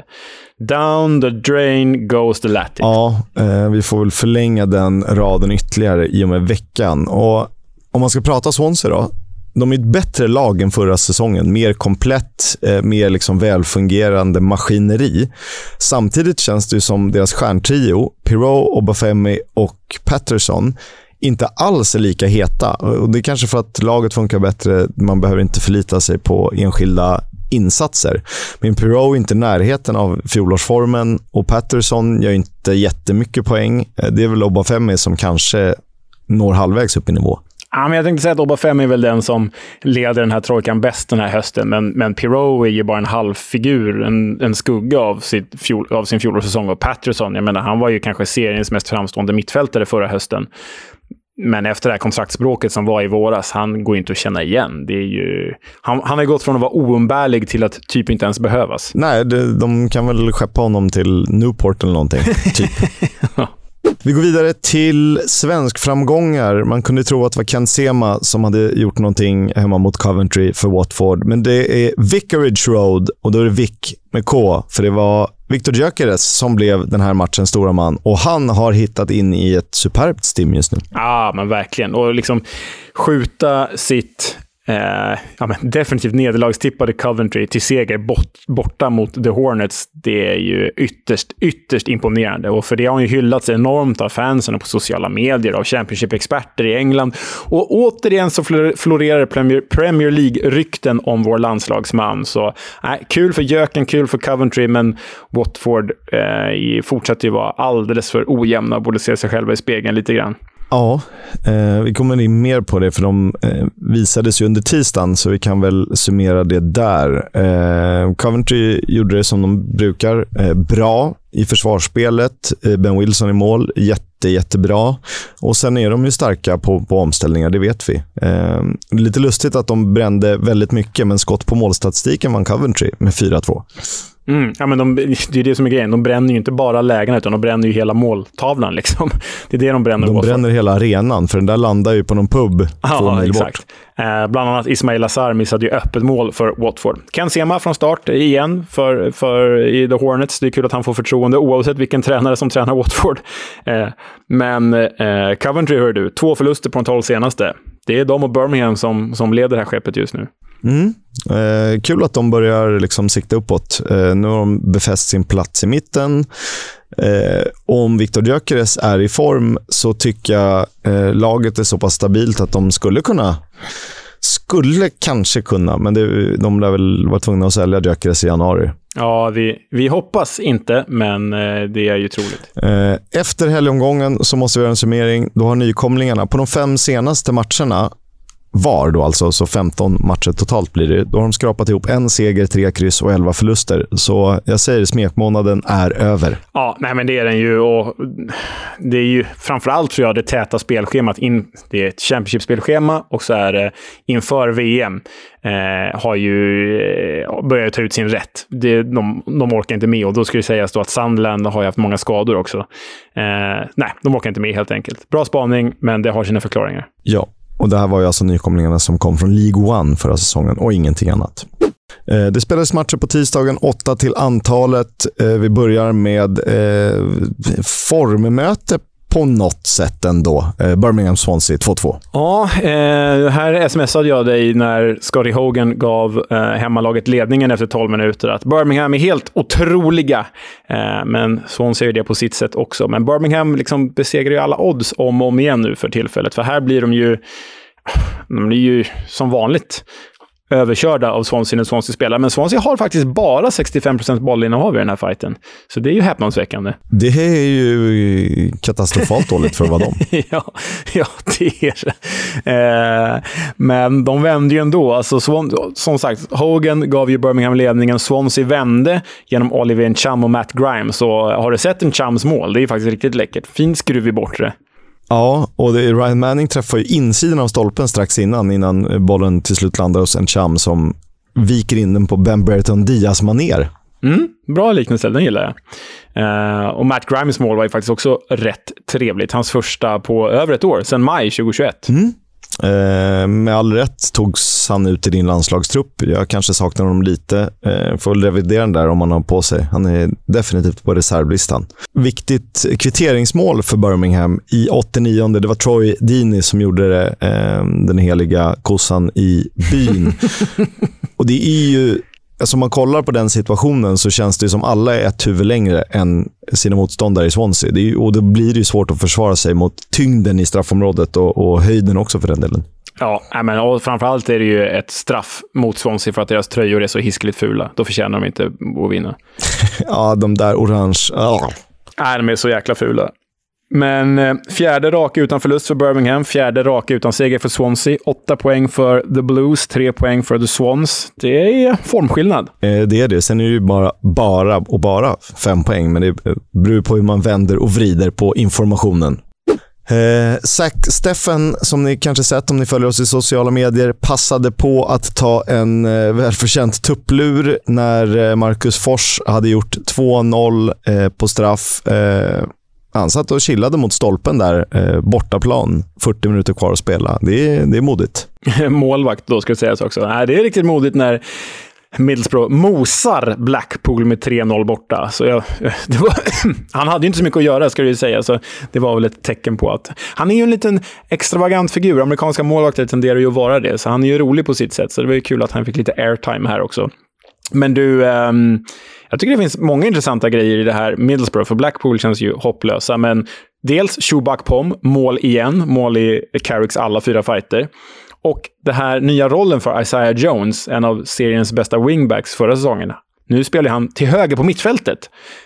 Down the drain goes the Latin. Ja, eh, vi får väl förlänga den raden ytterligare i och med veckan. Och om man ska prata Swansea då, de är ett bättre lag än förra säsongen. Mer komplett, eh, mer liksom välfungerande maskineri. Samtidigt känns det ju som deras stjärntrio, Piroe, Obafemi och Patterson, inte alls är lika heta. Och det är kanske för att laget funkar bättre. Man behöver inte förlita sig på enskilda insatser. Men Piroe är inte i närheten av fjolårsformen, och Patterson gör inte jättemycket poäng. Det är väl Obafemi som kanske når halvvägs upp i nivå. Ja, men jag tänkte säga att Obafemi är väl den som leder den här trojkan bäst den här hösten, men, men Piroe är ju bara en halvfigur, en, en skugga av, sitt fjol, av sin fjolårssäsong. Och Patterson, jag menar, han var ju kanske seriens mest framstående mittfältare förra hösten. Men efter det här kontraktsbråket som var i våras, han går inte att känna igen. Det är ju, han, han har gått från att vara oumbärlig till att typ inte ens behövas. Nej, det, de kan väl skeppa honom till Newport eller någonting, typ. Vi går vidare till svensk framgångar. Man kunde tro att det var Ken Sema som hade gjort någonting hemma mot Coventry för Watford. Men det är Vicarage Road, och då är det Vic med K. För det var Viktor Gyökeres som blev den här matchens stora man, och han har hittat in i ett superbt stim just nu. Ja, ah, men verkligen. Och liksom skjuta sitt eh, ja, men definitivt nederlagstippade Coventry till seger bort, borta mot The Hornets, det är ju ytterst, ytterst imponerande. Och för det har han ju hyllats enormt av fansen på sociala medier, av Championship-experter i England. Och återigen så florerar Premier, Premier League-rykten om vår landslagsman. Så nej, kul för Jöken, kul för Coventry, men Watford eh, fortsätter ju vara alldeles för ojämna och borde se sig själva i spegeln lite grann. Ja, eh, vi kommer in mer på det, för de eh, visades ju under tisdagen, så vi kan väl summera det där. Eh, Coventry gjorde det som de brukar, eh, bra i försvarsspelet. eh, Ben Wilson i mål, jätte, jättebra. Och sen är de ju starka på, på omställningar, det vet vi. Eh, lite lustigt att de brände väldigt mycket, men skott på målstatistiken vann Coventry med fyra två. Mm, ja, men de, det är det som är grejen. De bränner ju inte bara lägena, utan de bränner ju hela måltavlan. Liksom. Det är det de bränner. De bränner hela arenan, för den där landar ju på någon pub ja, två mil exakt. bort. Eh, bland annat Ismail Azar missade ju öppet mål för Watford. Ken Sema från start igen för, för i The Hornets. Det är kul att han får förtroende oavsett vilken tränare som tränar Watford. Eh, men eh, Coventry, hör du, två förluster på de tolv senaste. Det är de och Birmingham som, som leder det här skeppet just nu. Mm. Eh, kul att de börjar liksom sikta uppåt. Eh, nu har de befäst sin plats i mitten. Eh, om Viktor Gyökeres är i form, så tycker jag eh, laget är så pass stabilt att de skulle kunna skulle kanske kunna, men det, de lär väl vara tvungna att sälja Gyökeres i januari. Ja, vi, vi hoppas inte, men eh, det är ju troligt. Eh, efter helgomgången så måste vi göra en summering. Då har nykomlingarna på de fem senaste matcherna var då alltså, så femton matcher totalt blir det. Då har de skrapat ihop en seger, tre kryss och elva förluster. Så jag säger, smekmånaden är över. Ja, nej men det är den ju, och det är ju framförallt, tror jag, det täta spelschemat. In, det är ett Championship-spelschema, och så är det inför V M eh, har ju eh, börjat ta ut sin rätt. Det, de, de orkar inte med, och då skulle det sägas då att Sunderland har ju haft många skador också. Eh, nej, de orkar inte med helt enkelt. Bra spaning, men det har sina förklaringar. Ja. Och det här var ju alltså nykomlingarna som kom från League One förra säsongen och ingenting annat. Eh, det spelades matcher på tisdagen, åtta till antalet. Eh, vi börjar med eh, formmöte på något sätt ändå. Eh, Birmingham Swansea två två. Ja, eh, här smsade jag dig när Scotty Hogan gav eh, hemmalaget ledningen efter tolv minuter att Birmingham är helt otroliga. Eh, men Swansea är det på sitt sätt också. Men Birmingham liksom besegrar ju alla odds om och om igen nu för tillfället. För här blir de ju, de blir ju som vanligt överkörda av Swansea när Swansea spelar. Men Swansea har faktiskt bara sextiofem procent bollinnehav i den här fighten. Så det är ju häpnadsväckande. Det är ju katastrofalt dåligt för att vara dem. ja, ja, det är det. Eh, men de vände ju ändå. Alltså, Swan, som sagt, Hogan gav ju Birmingham ledningen. Swansea vände genom Oliver Ncham och Matt Grimes. Så har du sett Nchams mål? Det är faktiskt riktigt läckert. Fin skruv i bortre. Ja, och det, Ryan Manning träffar ju insidan av stolpen strax innan, innan bollen till slut landar hos en Cham som viker in den på Ben Brereton Diaz maner. Mm, bra liknelse, den gillar jag. Uh, och Matt Grimes mål var ju faktiskt också rätt trevligt. Hans första på över ett år, sedan maj tjugohundratjugoett. Mm. Eh, med all rätt togs han ut i din landslagstrupp. Jag kanske saknar honom lite. Eh, får revidera den där om han har på sig. Han är definitivt på reservlistan. Viktigt kvitteringsmål för Birmingham i åttionionde. Det var Troy Deeney som gjorde det, eh, den heliga kossan i byn. Och det är ju, alltså om man kollar på den situationen så känns det som alla är ett huvud längre än sina motståndare i Swansea. Det är ju, och då blir det ju svårt att försvara sig mot tyngden i straffområdet och, och höjden också för den delen. Ja, men och framförallt är det ju ett straff mot Swansea för att deras tröjor är så hiskeligt fula. Då förtjänar de inte att vinna. Ja, de där orange. Oh. Nej, de är så jäkla fula. Men eh, fjärde raka utan förlust för Birmingham, fjärde raka utan seger för Swansea, åtta poäng för The Blues, tre poäng för The Swans. Det är formskillnad. Eh, det är det. Sen är det ju bara, bara och bara fem poäng, men det beror på hur man vänder och vrider på informationen. Eh, Zach Steffen, som ni kanske sett om ni följer oss i sociala medier, passade på att ta en eh, välförtjänt tupplur när eh, Marcus Fors hade gjort två noll eh, på straff. Eh, Han satt och chillade mot stolpen där, eh, bortaplan, fyrtio minuter kvar att spela. Det är, det är modigt. Målvakt då ska det sägas också. Nej, det är riktigt modigt när Middlesbrough mosar Blackpool med tre noll borta. Så jag, det var, han hade ju inte så mycket att göra, ska jag ju säga. Så det var väl ett tecken på att han är ju en liten extravagant figur. Amerikanska målvakter tenderar ju att vara det. Så han är ju rolig på sitt sätt. Så det var ju kul att han fick lite airtime här också. Men du, um, jag tycker det finns många intressanta grejer i det här Middlesbrough. För Blackpool känns ju hopplösa. Men dels Shubak Pom, mål igen. Mål i Carricks alla fyra fighter. Och det här nya rollen för Isaiah Jones, en av seriens bästa wingbacks förra säsongen. Nu spelar han till höger på mittfältet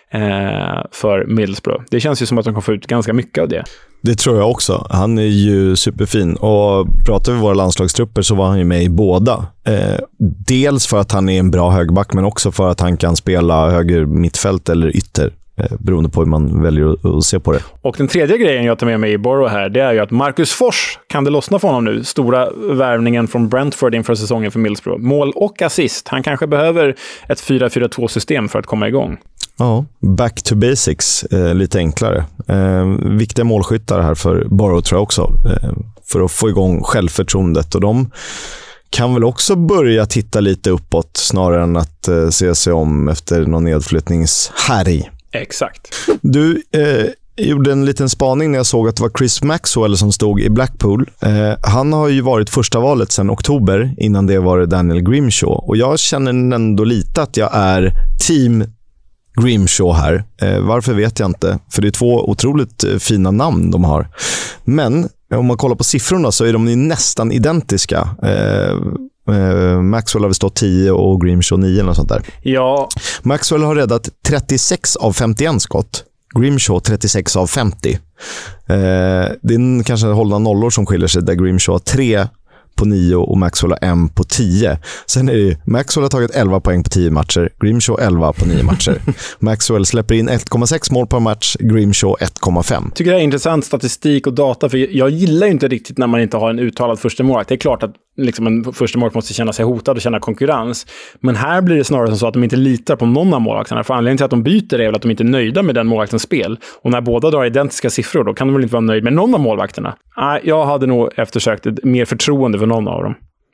eh, för Middlesbrough. Det känns ju som att de kan få ut ganska mycket av det. Det tror jag också. Han är ju superfin. Och pratar vi våra landslagstrupper så var han ju med i båda. Eh, dels för att han är en bra högerback, men också för att han kan spela höger mittfält eller ytter. Beroende på hur man väljer att se på det. Och den tredje grejen jag tar med mig i Borough här, det är ju att Marcus Fors, kan det lossna för honom nu? Stora värvningen från Brentford inför säsongen för Middlesbrough. Mål och assist. Han kanske behöver ett fyra fyra två-system för att komma igång. Ja, back to basics. Eh, lite enklare. Eh, viktiga målskyttar här för Borough tror jag också. Eh, för att få igång självförtroendet. Och de kan väl också börja titta lite uppåt snarare än att eh, se sig om efter någon nedflyttningshärj. Exakt. Du eh, gjorde en liten spaning när jag såg att det var Chris Maxwell som stod i Blackpool. Eh, han har ju varit första valet sedan oktober. Innan det var det Daniel Grimshaw. Och jag känner ändå lite att jag är team Grimshaw här. Eh, varför vet jag inte. För det är två otroligt eh, fina namn de har. Men om man kollar på siffrorna så är de nästan identiska. Eh, Maxwell har väl stått tio och Grimshaw nio eller sånt där. Ja. Maxwell har räddat trettiosex av femtioen skott. Grimshaw trettiosex av femtio. Eh, det är kanske hållna nollor som skiljer sig, där Grimshaw har tre på nio och Maxwell har en på tio. Sen är det Maxwell har tagit elva poäng på tio matcher, Grimshaw elva på nio matcher. Maxwell släpper in ett komma sex mål per match, Grimshaw ett komma fem. Tycker det är intressant statistik och data, för jag gillar ju inte riktigt när man inte har en uttalad första målvakt. Det är klart att liksom en första målvakt måste känna sig hotad och känna konkurrens. Men här blir det snarare så att de inte litar på någon av målvakterna. För anledningen till att de byter är väl att de inte är nöjda med den målvaktens spel. Och när båda drar identiska siffror, då kan de väl inte vara nöjda med någon av målvakterna. Nej, jag hade nog eftersökt ett mer förtroende för någon av dem.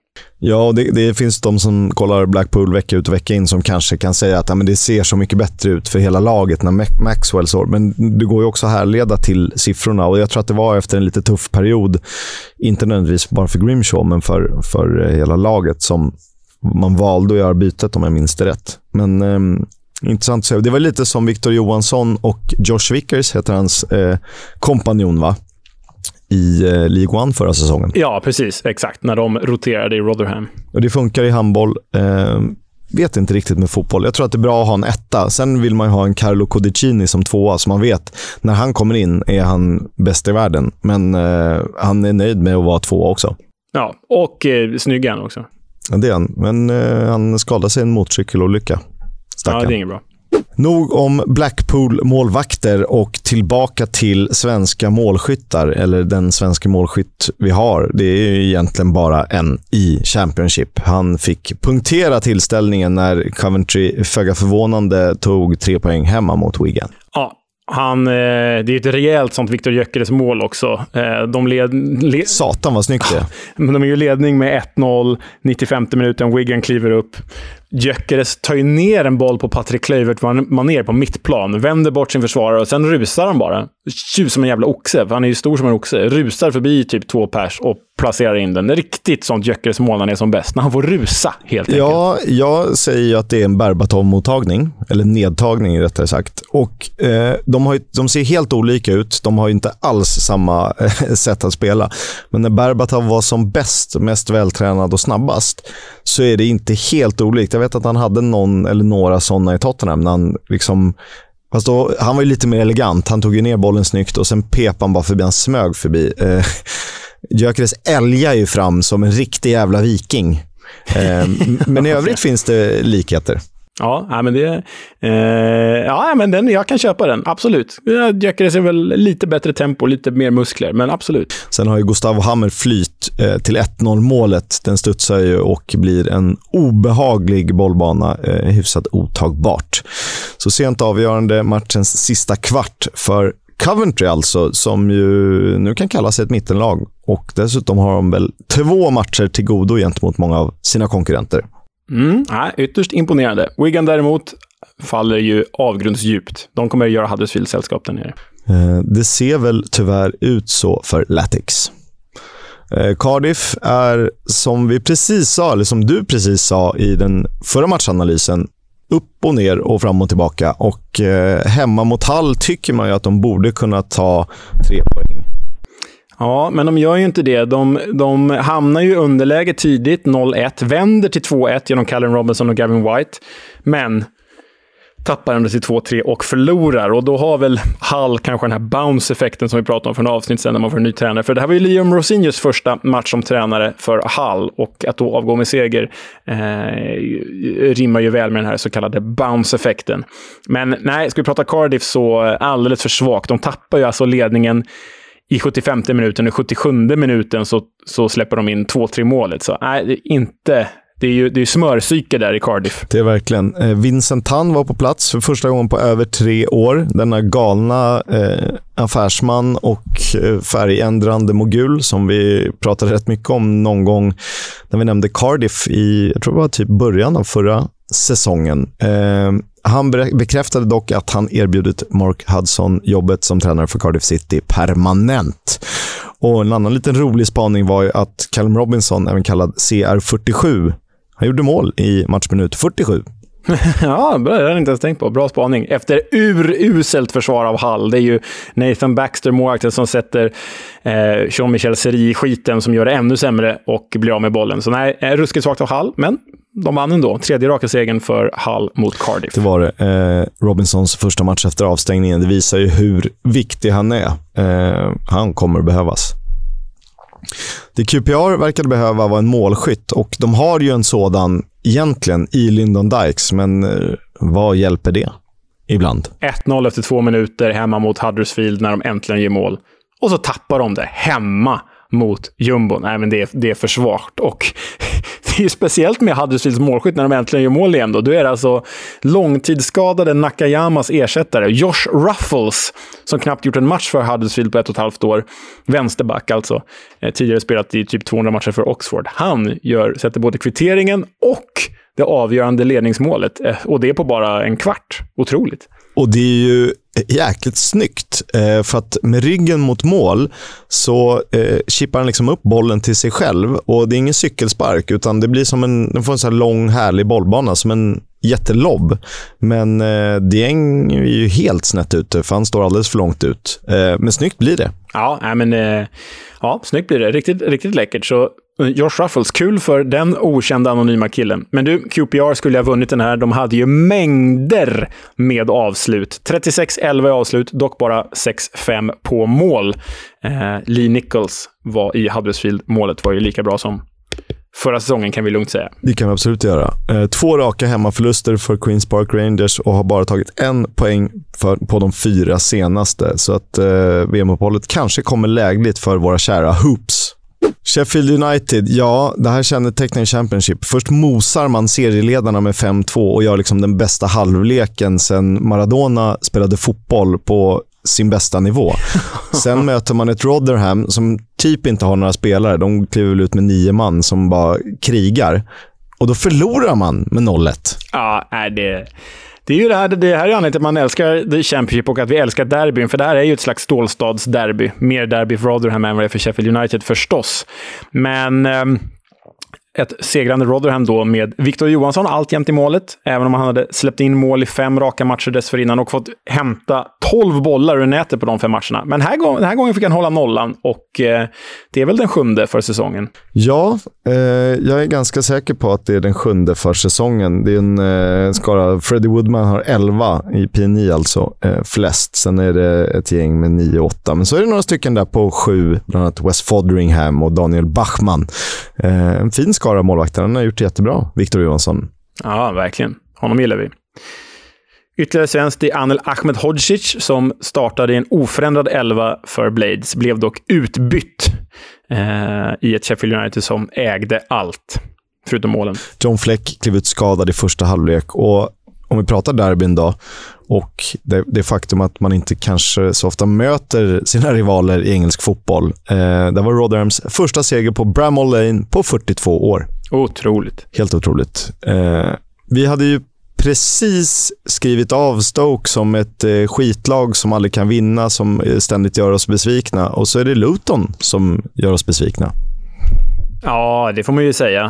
Ja, det, det finns de som kollar Blackpool vecka ut och vecka in som kanske kan säga att ja, men det ser så mycket bättre ut för hela laget när Maxwell så. Men det går ju också härleda till siffrorna, och jag tror att det var efter en lite tuff period, inte nödvändigtvis bara för Grimshaw men för, för hela laget, som man valde att göra bytet, om jag minns det rätt. Men eh, intressant att se. Det var lite som Victor Johansson och Josh Vickers, heter hans eh, kompanjon, va? I eh, League One förra säsongen. Ja, precis. Exakt. När de roterade i Rotherham. Och det funkar i handboll. Eh, vet inte riktigt med fotboll. Jag tror att det är bra att ha en etta. Sen vill man ju ha en Carlo Codicini som tvåa, så man vet när han kommer in är han bäst i världen. Men eh, han är nöjd med att vara tvåa också. Ja, och eh, snygg han också. Ja, det är han. Men eh, han skadade sig en motorcykelolycka. Stackarn. Ja, det är inget bra. Nog om Blackpool-målvakter och tillbaka till svenska målskyttar, eller den svenska målskytt vi har. Det är ju egentligen bara en i Championship. Han fick punktera tillställningen när Coventry föga förvånande tog tre poäng hemma mot Wigan. Ja. Han, eh, det är ett rejält sånt Victor Gyökeres mål också. Eh, de led, led... Satan vad snyggt det. Men de är ju ledning med ett noll, nittiofemte minuten, Wigan kliver upp. Gyökeres tar ju ner en boll på Patrick Kluivert manér på mittplan, vänder bort sin försvarare och sen rusar han bara. Tjus som en jävla oxe, för han är ju stor som en oxe. Rusar förbi typ två pers och placerar in den. Det är riktigt sånt Gyökeres mål när han är som bäst. När han får rusa, helt enkelt. Ja, jag säger ju att det är en Berbatov-mottagning. Eller nedtagning, rättare sagt. Och eh, de, har ju, de ser helt olika ut. De har ju inte alls samma eh, sätt att spela. Men när Berbatov var som bäst, mest vältränad och snabbast, så är det inte helt olikt. Jag vet att han hade någon eller några sådana i Tottenham. När han liksom... Fast då, han var ju lite mer elegant. Han tog ju ner bollen snyggt och sen pep han bara förbi. Han smög förbi. Eh, Gyökeres älgar ju fram som en riktig jävla viking. Eh, men i övrigt finns det likheter. Ja, men det eh, ja, men den, jag kan köpa den, absolut. Gyökeres är väl lite bättre tempo, lite mer muskler, men absolut. Sen har ju Gustavo Hammer flyt eh, till ett noll målet. Den studsar ju och blir en obehaglig bollbana, eh, hyfsat otagbart. Så sent avgörande matchens sista kvart för Coventry alltså, som ju nu kan kalla sig ett mittenlag. Och dessutom har de väl två matcher till godo gentemot många av sina konkurrenter. Mm, nej, ytterst imponerande. Wigan däremot faller ju avgrundsdjupt. De kommer att göra Huddersfield sällskap där nere. Eh, det ser väl tyvärr ut så för Latics. Eh, Cardiff är, som vi precis sa, eller som du precis sa i den förra matchanalysen, upp och ner och fram och tillbaka. Och eh, hemma mot Hull tycker man ju att de borde kunna ta tre poäng. Ja, men de gör ju inte det. De, de hamnar ju underläge tidigt, noll ett, vänder till två ett genom Callum Robinson och Gavin White. Men tappar de till två tre och förlorar. Och då har väl Hull kanske den här bounce-effekten som vi pratade om för en avsnitt sedan när man får en ny tränare. För det här var ju Liam Rosinhos första match som tränare för Hull. Och att då avgå med seger eh, rimmar ju väl med den här så kallade bounce-effekten. Men nej, ska vi prata Cardiff så alldeles för svagt. De tappar ju alltså ledningen i sjuttiofemte minuten och sjuttiosjunde minuten så, så släpper de in två tre målet. Så nej, det är inte... Det är ju det är smörsyke där i Cardiff. Det är verkligen. Eh, Vincent Tan var på plats för första gången på över tre år. Denna galna eh, affärsman och eh, färgändrande mogul som vi pratade rätt mycket om någon gång när vi nämnde Cardiff i, jag tror det var typ början av förra säsongen. Eh, han bekräftade dock att han erbjudit Mark Hudson jobbet som tränare för Cardiff City permanent. Och en annan liten rolig spaning var ju att Callum Robinson, även kallad C R fyrtiosju, han gjorde mål i matchminut fyrtiosju. Ja, bra, det har jag inte ens tänkt på. Bra spaning. Efter uruselt försvar av Hull. Det är ju Nathan Baxter målvakten som sätter eh, Jean-Michel Seri i skiten som gör det ännu sämre och blir av med bollen. Så nej, ruskigt svagt av Hull, men de vann ändå. Tredje raka segern för Hull mot Cardiff. Det var det. Eh, Robinsons första match efter avstängningen. Det visar ju hur viktig han är. Eh, han kommer behövas. Det Q P R verkade behöva var en målskytt och de har ju en sådan egentligen i Lyndon Dykes, men eh, vad hjälper det ibland? ett noll efter två minuter hemma mot Huddersfield när de äntligen gör mål. Och så tappar de det hemma mot Jumbo. Nej, men det är, det är för svagt. Och det är ju speciellt med Huddersfields målskytt när de äntligen gör mål igen. Då, då är det alltså långtidsskadade Nakayamas ersättare, Josh Ruffles, som knappt gjort en match för Huddersfield på ett och ett halvt år. Vänsterback alltså. Eh, tidigare spelat i typ tvåhundra matcher för Oxford. Han gör, sätter både kvitteringen och det avgörande ledningsmålet. Eh, och det är på bara en kvart. Otroligt. Och det är ju jäkligt snyggt. Eh, för att med ryggen mot mål så eh, chippar han liksom upp bollen till sig själv. Och det är ingen cykelspark utan det blir som en, den får en så här lång härlig bollbana som en jättelobb. Men eh, det är ju helt snett ute för han står alldeles för långt ut. Eh, men snyggt blir det. Ja, nej, men eh, ja, snyggt blir det. Riktigt, riktigt läckert. Så Josh Ruffles, kul för den okända anonyma killen. Men du, Q P R skulle ha vunnit den här. De hade ju mängder med avslut. trettiosex elva i avslut, dock bara sex fem på mål. Eh, Lee Nichols var i Huddersfield-målet, var ju lika bra som förra säsongen, kan vi lugnt säga. Det kan vi absolut göra. Eh, två raka hemmaförluster för Queens Park Rangers och har bara tagit en poäng för, på de fyra senaste. Så att eh, V M-uppehållet kanske kommer lägligt för våra kära Hoops. Sheffield United, ja, det här kännetecknar en Championship. Först mosar man serieledarna med fem två och gör liksom den bästa halvleken sen Maradona spelade fotboll på sin bästa nivå. Sen möter man ett Rotherham som typ inte har några spelare. De kliver ut med nio man som bara krigar. Och då förlorar man med noll ett. Ja, är det... Det är ju det här, det här är anledningen till att man älskar The Championship och att vi älskar derbyn, för det här är ju ett slags stålstadsderby. Mer derby för Rotherham än vad det är för Sheffield United förstås. Men eh, ett segrande Rotherham då med Victor Johansson alltjämt i målet, även om han hade släppt in mål i fem raka matcher dessförinnan och fått hämta tolv bollar ur nätet på de fem matcherna. Men här gång, den här gången fick han hålla nollan och eh, det är väl den sjunde för säsongen. Ja, eh, jag är ganska säker på att det är den sjunde för säsongen. Det är en eh, skara. Freddie Woodman har elva i P N I alltså, eh, flest. Sen är det ett gäng med nio åtta. Men så är det några stycken där på sju, bland annat Wes Foderingham och Daniel Bachmann. Eh, en fin skara målvakter. Han har gjort jättebra, Victor Johansson. Ja, verkligen. Honom gillar vi. Ytterligare svenskt är Anel Ahmed Hodzic som startade i en oförändrad elva för Blades. Blev dock utbytt eh, i ett Sheffield United som ägde allt, förutom målen. John Fleck klev ut skadad i första halvlek och om vi pratar derbyn då och det, det faktum att man inte kanske så ofta möter sina rivaler i engelsk fotboll. Eh, det var Rotherhams första seger på Bramall Lane på fyrtiotvå år. Otroligt. Helt otroligt. Eh, vi hade ju precis skrivit av Stoke som ett eh, skitlag som aldrig kan vinna, som ständigt gör oss besvikna. Och så är det Luton som gör oss besvikna. Ja, det får man ju säga.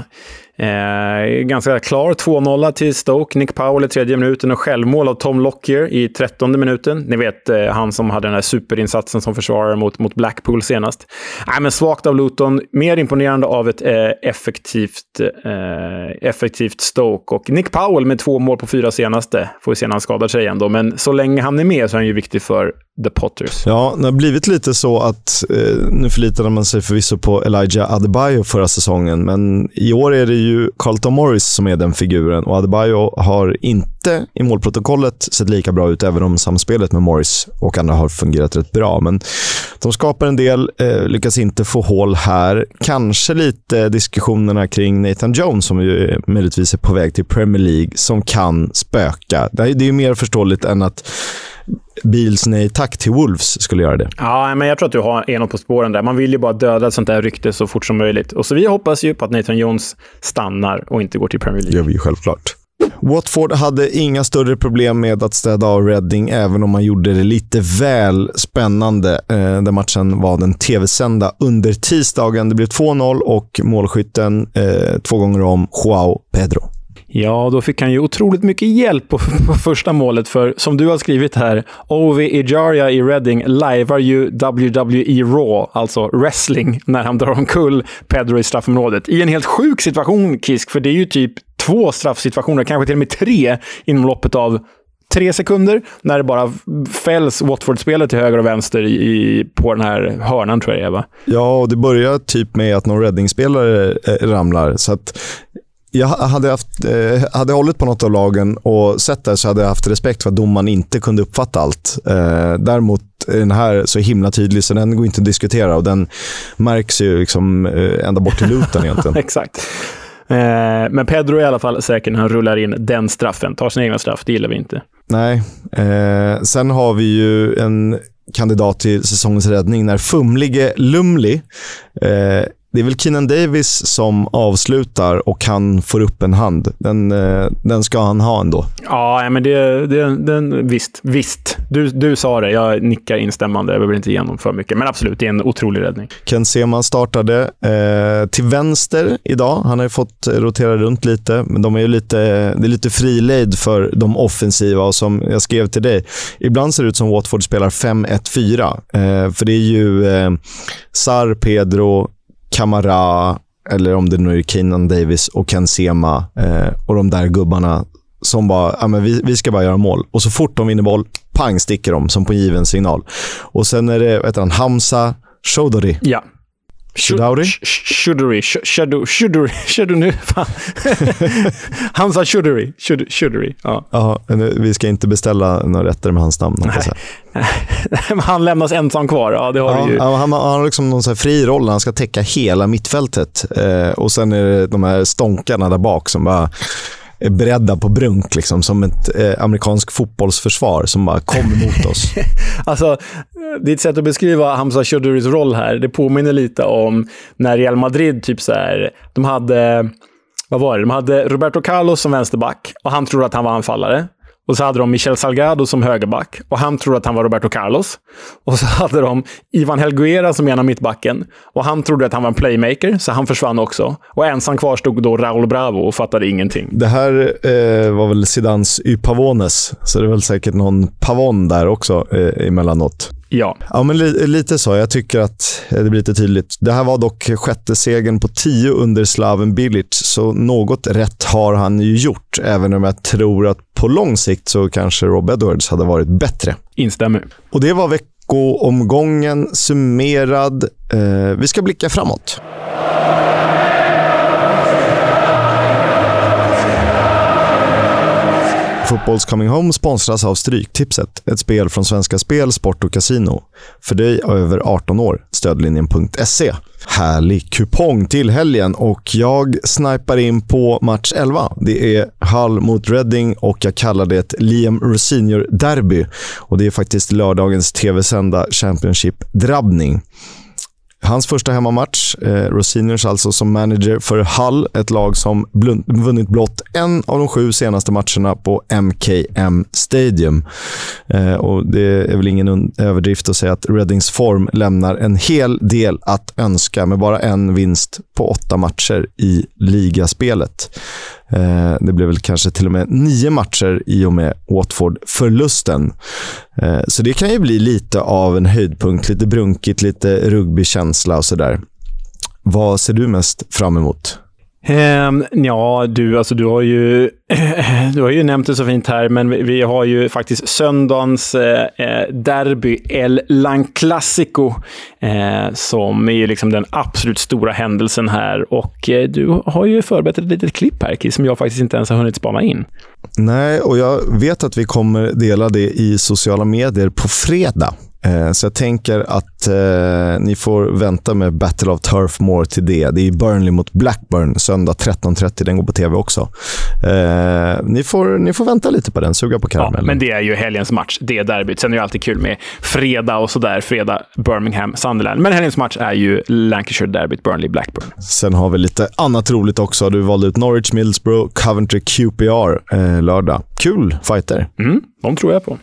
Eh, ganska klar två noll till Stoke. Nick Powell i tredje minuten och självmål av Tom Lockyer i trettonde minuten. Ni vet, eh, han som hade den här superinsatsen som försvarare mot, mot Blackpool senast. Nej, men svagt av Luton. Mer imponerande av ett eh, effektivt, eh, effektivt Stoke. Och Nick Powell med två mål på fyra senaste. Får vi se när han skadar sig ändå. Men så länge han är med så är han ju viktig för The Potters. Ja, det har blivit lite så att eh, nu förlitade man sig förvisso på Elijah Adebayo förra säsongen, men i år är det ju Carlton Morris som är den figuren, och Adebayo har inte i målprotokollet sett lika bra ut, även om samspelet med Morris och andra har fungerat rätt bra. Men de skapar en del, eh, lyckas inte få hål här. Kanske lite diskussionerna kring Nathan Jones som ju möjligtvis är på väg till Premier League, som kan spöka. Det är ju mer förståeligt än att Beals nej tack till Wolves skulle göra det. Ja, men jag tror att du har en på spåren där. Man vill ju bara döda ett sånt där rykte så fort som möjligt. Och så vi hoppas ju på att Nathan Jones stannar och inte går till Premier League. Det gör vi ju självklart. Watford hade inga större problem med att städa av Reading, även om man gjorde det lite väl spännande. Eh, den matchen var den tv-sända under tisdagen. Det blev två noll och målskytten eh, två gånger om Joao Pedro. Ja, då fick han ju otroligt mycket hjälp på, på första målet, för som du har skrivit här, Ovi Ejaria i Reading livear ju W W E Raw, alltså wrestling, när han drar omkull Pedro i straffområdet. I en helt sjuk situation, Kisk, för det är ju typ två straffsituationer, kanske till och med tre inom loppet av tre sekunder, när det bara fälls Watford-spelet till höger och vänster i, på den här hörnan, tror jag det är, va? Ja, och det börjar typ med att någon Reading-spelare eh, ramlar, så att jag hade, haft, eh, hade hållit på något av lagen och sett det, så hade jag haft respekt för att domaren inte kunde uppfatta allt. Eh, däremot är den här så himla tydlig så den går inte att diskutera, och den märks ju liksom eh, ända bort till Luton egentligen. Exakt. Eh, men Pedro är i alla fall säker när han rullar in den straffen. Tar sin egna straff, det gillar vi inte. Nej. Eh, sen har vi ju en kandidat till säsongens räddning när fumlige Lumley eh, det är väl Keenan Davis som avslutar och han får upp en hand. Den, den ska han ha ändå. Ja, men det, det, den, visst. visst. Du, du sa det, jag nickar instämmande. Jag behöver inte igenom för mycket. Men absolut, det är en otrolig räddning. Ken Sema startade eh, till vänster idag. Han har ju fått rotera runt lite. Men de är ju lite, det är lite frilejd för de offensiva. Och som jag skrev till dig, ibland ser det ut som Watford spelar fem ett fyra. Eh, för det är ju eh, Sar, Pedro, Kamara, eller om det nu är Keenan Davis och Ken Sema eh, och de där gubbarna som bara, ja men vi, vi ska bara göra mål. Och så fort de vinner boll, pang sticker de som på en given signal. Och sen är det, vet du, Hamza Choudhury. Ja. Choudhury? Choudhury. Choudhury. Choudhury. Hamza Choudhury. Choudhury. Ja. Ja, vi ska inte beställa några rätter med hans namn. Han lämnas ensam kvar. Ja, det har ja, du ju. Han, han har liksom någon så här fri roll. Han ska täcka hela mittfältet. Eh, och sen är det de här stånkarna där bak som bara är beredda på brunk, liksom, som ett eh, amerikansk fotbollsförsvar som bara kommer mot oss. Alltså, ditt sätt att beskriva Hamza Choudhurys roll här, det påminner lite om när Real Madrid typ så här, de hade, vad var det? De hade Roberto Carlos som vänsterback och han trodde att han var anfallare. Och så hade de Michel Salgado som högerback. Och han trodde att han var Roberto Carlos. Och så hade de Ivan Helguera som ena mittbacken. Och han trodde att han var en playmaker. Så han försvann också. Och ensam kvar stod då Raul Bravo och fattade ingenting. Det här eh, var väl Zidans Y Pavones. Så det är väl säkert någon Pavon där också eh, emellanåt. Ja. Ja, men li- lite så. Jag tycker att det blir lite tydligt. Det här var dock sjätte segern på tio under Slaven Bilic, så något rätt har han ju gjort, även om jag tror att på lång sikt så kanske Rob Edwards hade varit bättre. Instämmer. Och det var veckoomgången summerad. Eh, vi ska blicka framåt. Football's Coming Home sponsras av Stryktipset, ett spel från Svenska Spel, Sport och Casino. För dig över arton år, stödlinjen punkt se. Härlig kupong till helgen och jag snipar in på match elva. Det är Hull mot Reading och jag kallar det ett Liam Rosenior-derby. Och det är faktiskt lördagens tv-sända Championship-drabbning. Hans första hemmamatch, eh, Roseniors alltså som manager för Hull, ett lag som blund, vunnit blott en av de sju senaste matcherna på M K M Stadium. Eh, och det är väl ingen un- överdrift att säga att Readings form lämnar en hel del att önska med bara en vinst på åtta matcher i ligaspelet. Eh, det blev väl kanske till och med nio matcher i och med Watford-förlusten. Eh, så det kan ju bli lite av en höjdpunkt, lite brunkigt, lite rugbykänsla och sådär. Vad ser du mest fram emot? Um, ja, du, alltså, du, har ju, du har ju nämnt det så fint här, men vi, vi har ju faktiskt söndagens eh, derby El Lanclásico eh, som är ju liksom den absolut stora händelsen här. Och eh, du har ju förberett ett litet klipp här, Kiss, som jag faktiskt inte ens har hunnit spana in. Nej, och jag vet att vi kommer dela det i sociala medier på fredag. Så jag tänker att eh, ni får vänta med Battle of Turf Moor till det. Det är Burnley mot Blackburn söndag tretton trettio. Den går på tv också. Eh, ni, får, ni får vänta lite på den, suga på karamellen. Ja, men det är ju helgens match. Det är derbyt. Sen är det alltid kul med fredag och sådär. Fredag Birmingham, Sunderland. Men helgens match är ju Lancashire derbyt, Burnley, Blackburn. Sen har vi lite annat roligt också. Du valde ut Norwich, Middlesbrough, Coventry, Q P R eh, lördag. Kul fighter. Mm, de tror jag på.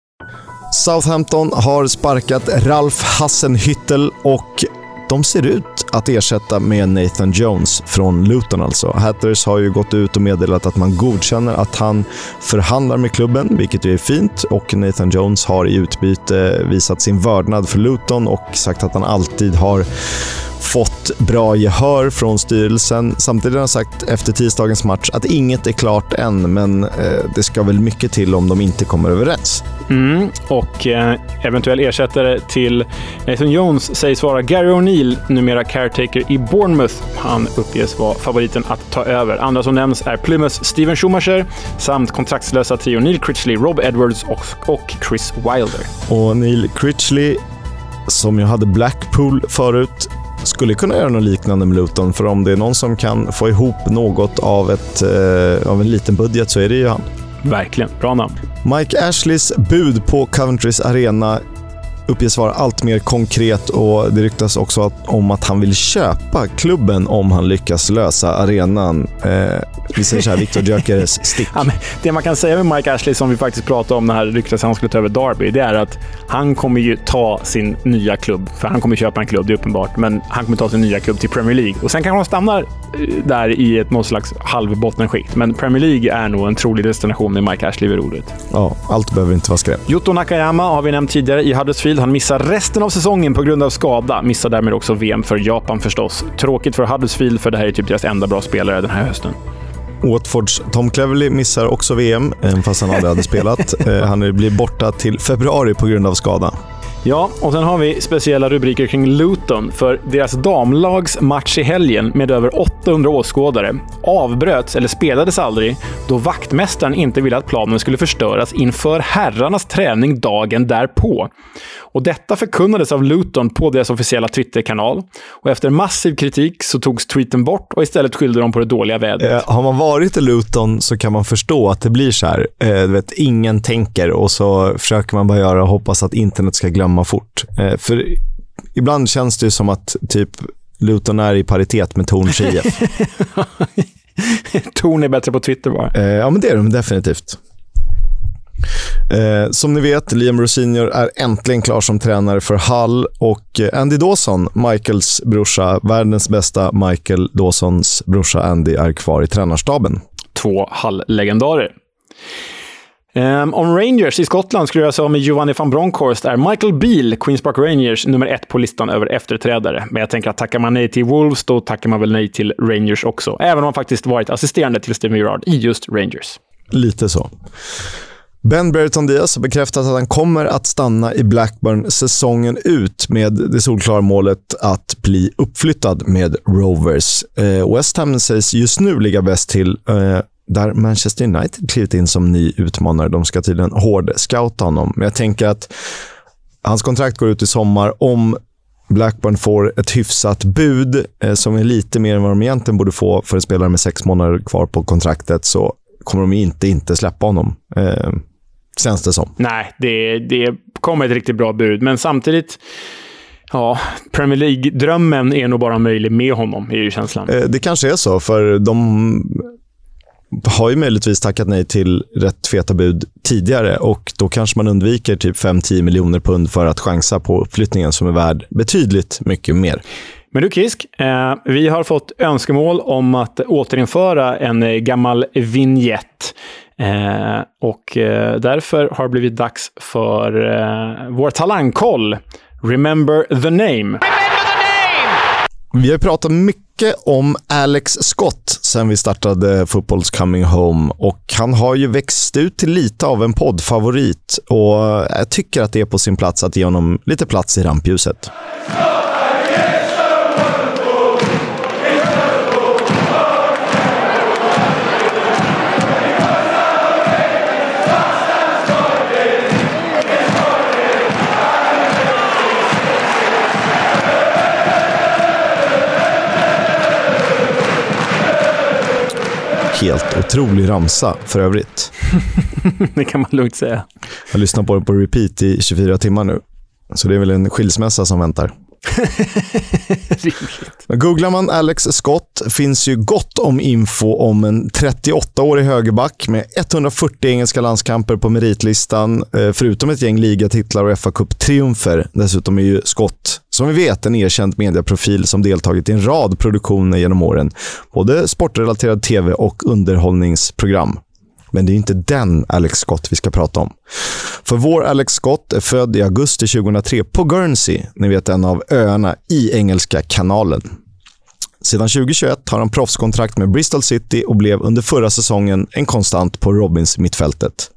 Southampton har sparkat Ralf Hasenhüttl och de ser ut att ersätta med Nathan Jones från Luton alltså. Hatters har ju gått ut och meddelat att man godkänner att han förhandlar med klubben, vilket är fint, och Nathan Jones har i utbyte visat sin vördnad för Luton och sagt att han alltid har fått bra gehör från styrelsen. Samtidigt har han sagt efter tisdagens match att inget är klart än, men eh, det ska väl mycket till om de inte kommer överens. Mm, och eh, eventuell ersättare till Nathan Jones sägs vara Gary O'Neill, numera caretaker i Bournemouth. Han uppges vara favoriten att ta över. Andra som nämns är Plymouth Steven Schumacher samt kontraktslösa trio Neil Critchley, Rob Edwards och, och Chris Wilder. Och Neil Critchley, som ju hade Blackpool förut, skulle kunna göra något liknande med Luton, för om det är någon som kan få ihop något av, ett, eh, av en liten budget så är det ju han. Verkligen, bra namn. Mike Ashleys bud på Coventrys arena uppges vara allt mer konkret och det ryktas också att, om att han vill köpa klubben om han lyckas lösa arenan. Eh, vi säger så här, Victor Gyökeres stick. Ja, men det man kan säga med Mike Ashley, som vi faktiskt pratade om när det ryktas att han skulle ta över Derby, det är att han kommer ju ta sin nya klubb, för han kommer köpa en klubb, det är uppenbart, men han kommer ta sin nya klubb till Premier League och sen kan han stanna där i ett någon slags halvbottenskikt, men Premier League är nog en trolig destination med Mike Ashley vid rodet. Ja, allt behöver inte vara skräp. Yuto Nakayama har vi nämnt tidigare i Huddersfield. Han missar resten av säsongen på grund av skada. Missar därmed också V M för Japan förstås. Tråkigt för Huddersfield, för det här är typ deras enda bra spelare den här hösten. Watfords Tom Cleverley missar också V M, fast han aldrig hade spelat. Han blir borta till februari på grund av skada. Ja, och sen har vi speciella rubriker kring Luton, för deras damlags match i helgen med över åttahundra åskådare avbröts eller spelades aldrig då vaktmästaren inte ville att planen skulle förstöras inför herrarnas träning dagen därpå. Och detta förkunnades av Luton på deras officiella Twitter-kanal. Och efter massiv kritik så togs tweeten bort och istället skyllde de på det dåliga vädret. Eh, har man varit i Luton så kan man förstå att det blir så här. Eh, du vet, ingen tänker och så försöker man bara göra och hoppas att internet ska glömma fort. Eh, för ibland känns det ju som att typ Luton är i paritet med Torns I F. Torn är bättre på Twitter bara. Eh, ja, men det är de definitivt. Eh, som ni vet, Liam Rosenior är äntligen klar som tränare för Hull och Andy Dawson, Michaels brorsa, världens bästa Michael Dawsons brorsa Andy, är kvar i tränarstaben. Två Hull-legendarer. Um, om Rangers i Skottland skulle jag säga med Giovanni van Bronckhorst är Michael Beale, Queens Park Rangers, nummer ett på listan över efterträdare. Men jag tänker att tackar man nej till Wolves, då tackar man väl nej till Rangers också. Även om man faktiskt varit assisterande till Steven Gerrard i just Rangers. Lite så. Ben Brereton Diaz har bekräftat att han kommer att stanna i Blackburn säsongen ut med det solklara målet att bli uppflyttad med Rovers. Eh, West Ham sägs just nu ligga bäst till, eh, där Manchester United klivit in som ny utmanare. De ska tydligen hård scouta honom. Men jag tänker att hans kontrakt går ut i sommar. Om Blackburn får ett hyfsat bud eh, som är lite mer än vad de egentligen borde få för en spelare med sex månader kvar på kontraktet, så kommer de inte inte släppa honom. Eh, känns det som. Nej, det, det kommer ett riktigt bra bud. Men samtidigt, Ja, Premier League-drömmen är nog bara möjlig med honom, är ju känslan. Det kanske är så, för de har ju möjligtvis tackat nej till rätt feta bud tidigare, och då kanske man undviker typ fem till tio miljoner pund för att chansa på uppflyttningen som är värd betydligt mycket mer. Men du Kisk, eh, vi har fått önskemål om att återinföra en gammal vignett. Eh, och eh, därför har det blivit dags för eh, vår talangkoll. Remember the name. Remember the name! Vi har pratat mycket om Alex Scott sen vi startade Football's Coming Home, och han har ju växt ut till lite av en poddfavorit, och jag tycker att det är på sin plats att ge honom lite plats i rampljuset. Helt otrolig ramsa för övrigt. Det kan man lugnt säga. Jag lyssnar på det på repeat i tjugofyra timmar nu. Så det är väl en skilsmässa som väntar. Googlar man Alex Scott finns ju gott om info om en trettioåttaårig högerback med etthundrafyrtio engelska landskamper på meritlistan, förutom ett gäng ligatitlar och F A Cup-triumfer. Dessutom är ju Scott, som vi vet, en erkänd medieprofil som deltagit i en rad produktioner genom åren, både sportrelaterad tv och underhållningsprogram. Men det är inte den Alex Scott vi ska prata om. För vår Alex Scott är född i augusti tjugohundratre på Guernsey, ni vet, en av öarna i Engelska kanalen. Sedan tjugohundratjugoett har han proffskontrakt med Bristol City och blev under förra säsongen en konstant på Robins mittfältet.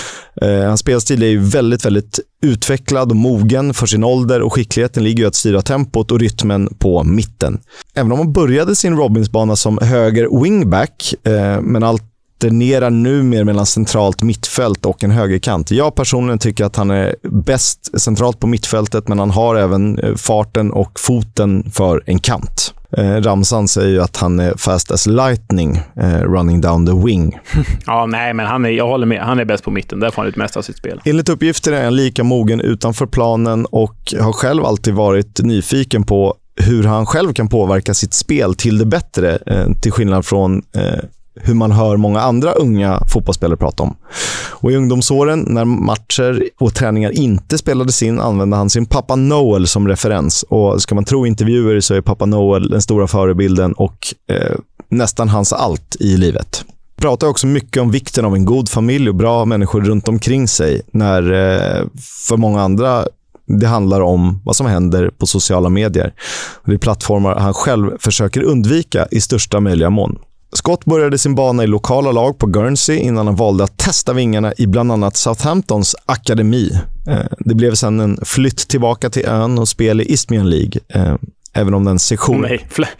Eh, hans spelstil är ju väldigt, väldigt utvecklad och mogen för sin ålder, och skickligheten ligger ju att styra tempot och rytmen på mitten. Även om han började sin Robinsbana som höger wingback, eh, men allt alternerar nu mer mellan centralt mittfält och en högerkant. Jag personligen tycker att han är bäst centralt på mittfältet, men han har även farten och foten för en kant. Eh, Ramsan säger ju att han är fast as lightning, eh, running down the wing. Ja, nej, men han är, jag håller med. Han är bäst på mitten. Där får han ut mest av sitt spel. Enligt uppgifter är han lika mogen utanför planen och har själv alltid varit nyfiken på hur han själv kan påverka sitt spel till det bättre, eh, till skillnad från eh, hur man hör många andra unga fotbollsspelare prata om. Och i ungdomsåren, när matcher och träningar inte spelades in, använde han sin pappa Noel som referens. Och ska man tro intervjuer så är pappa Noel den stora förebilden och eh, nästan hans allt i livet. Pratar också mycket om vikten av en god familj och bra människor runt omkring sig, när eh, för många andra det handlar om vad som händer på sociala medier. Det är plattformar han själv försöker undvika i största möjliga mån. Scott började sin bana i lokala lag på Guernsey innan han valde att testa vingarna i bland annat Southamptons akademi. Det blev sedan en flytt tillbaka till ön och spel i Isthmian League. Även om den sektion... Oh, nej. Fl-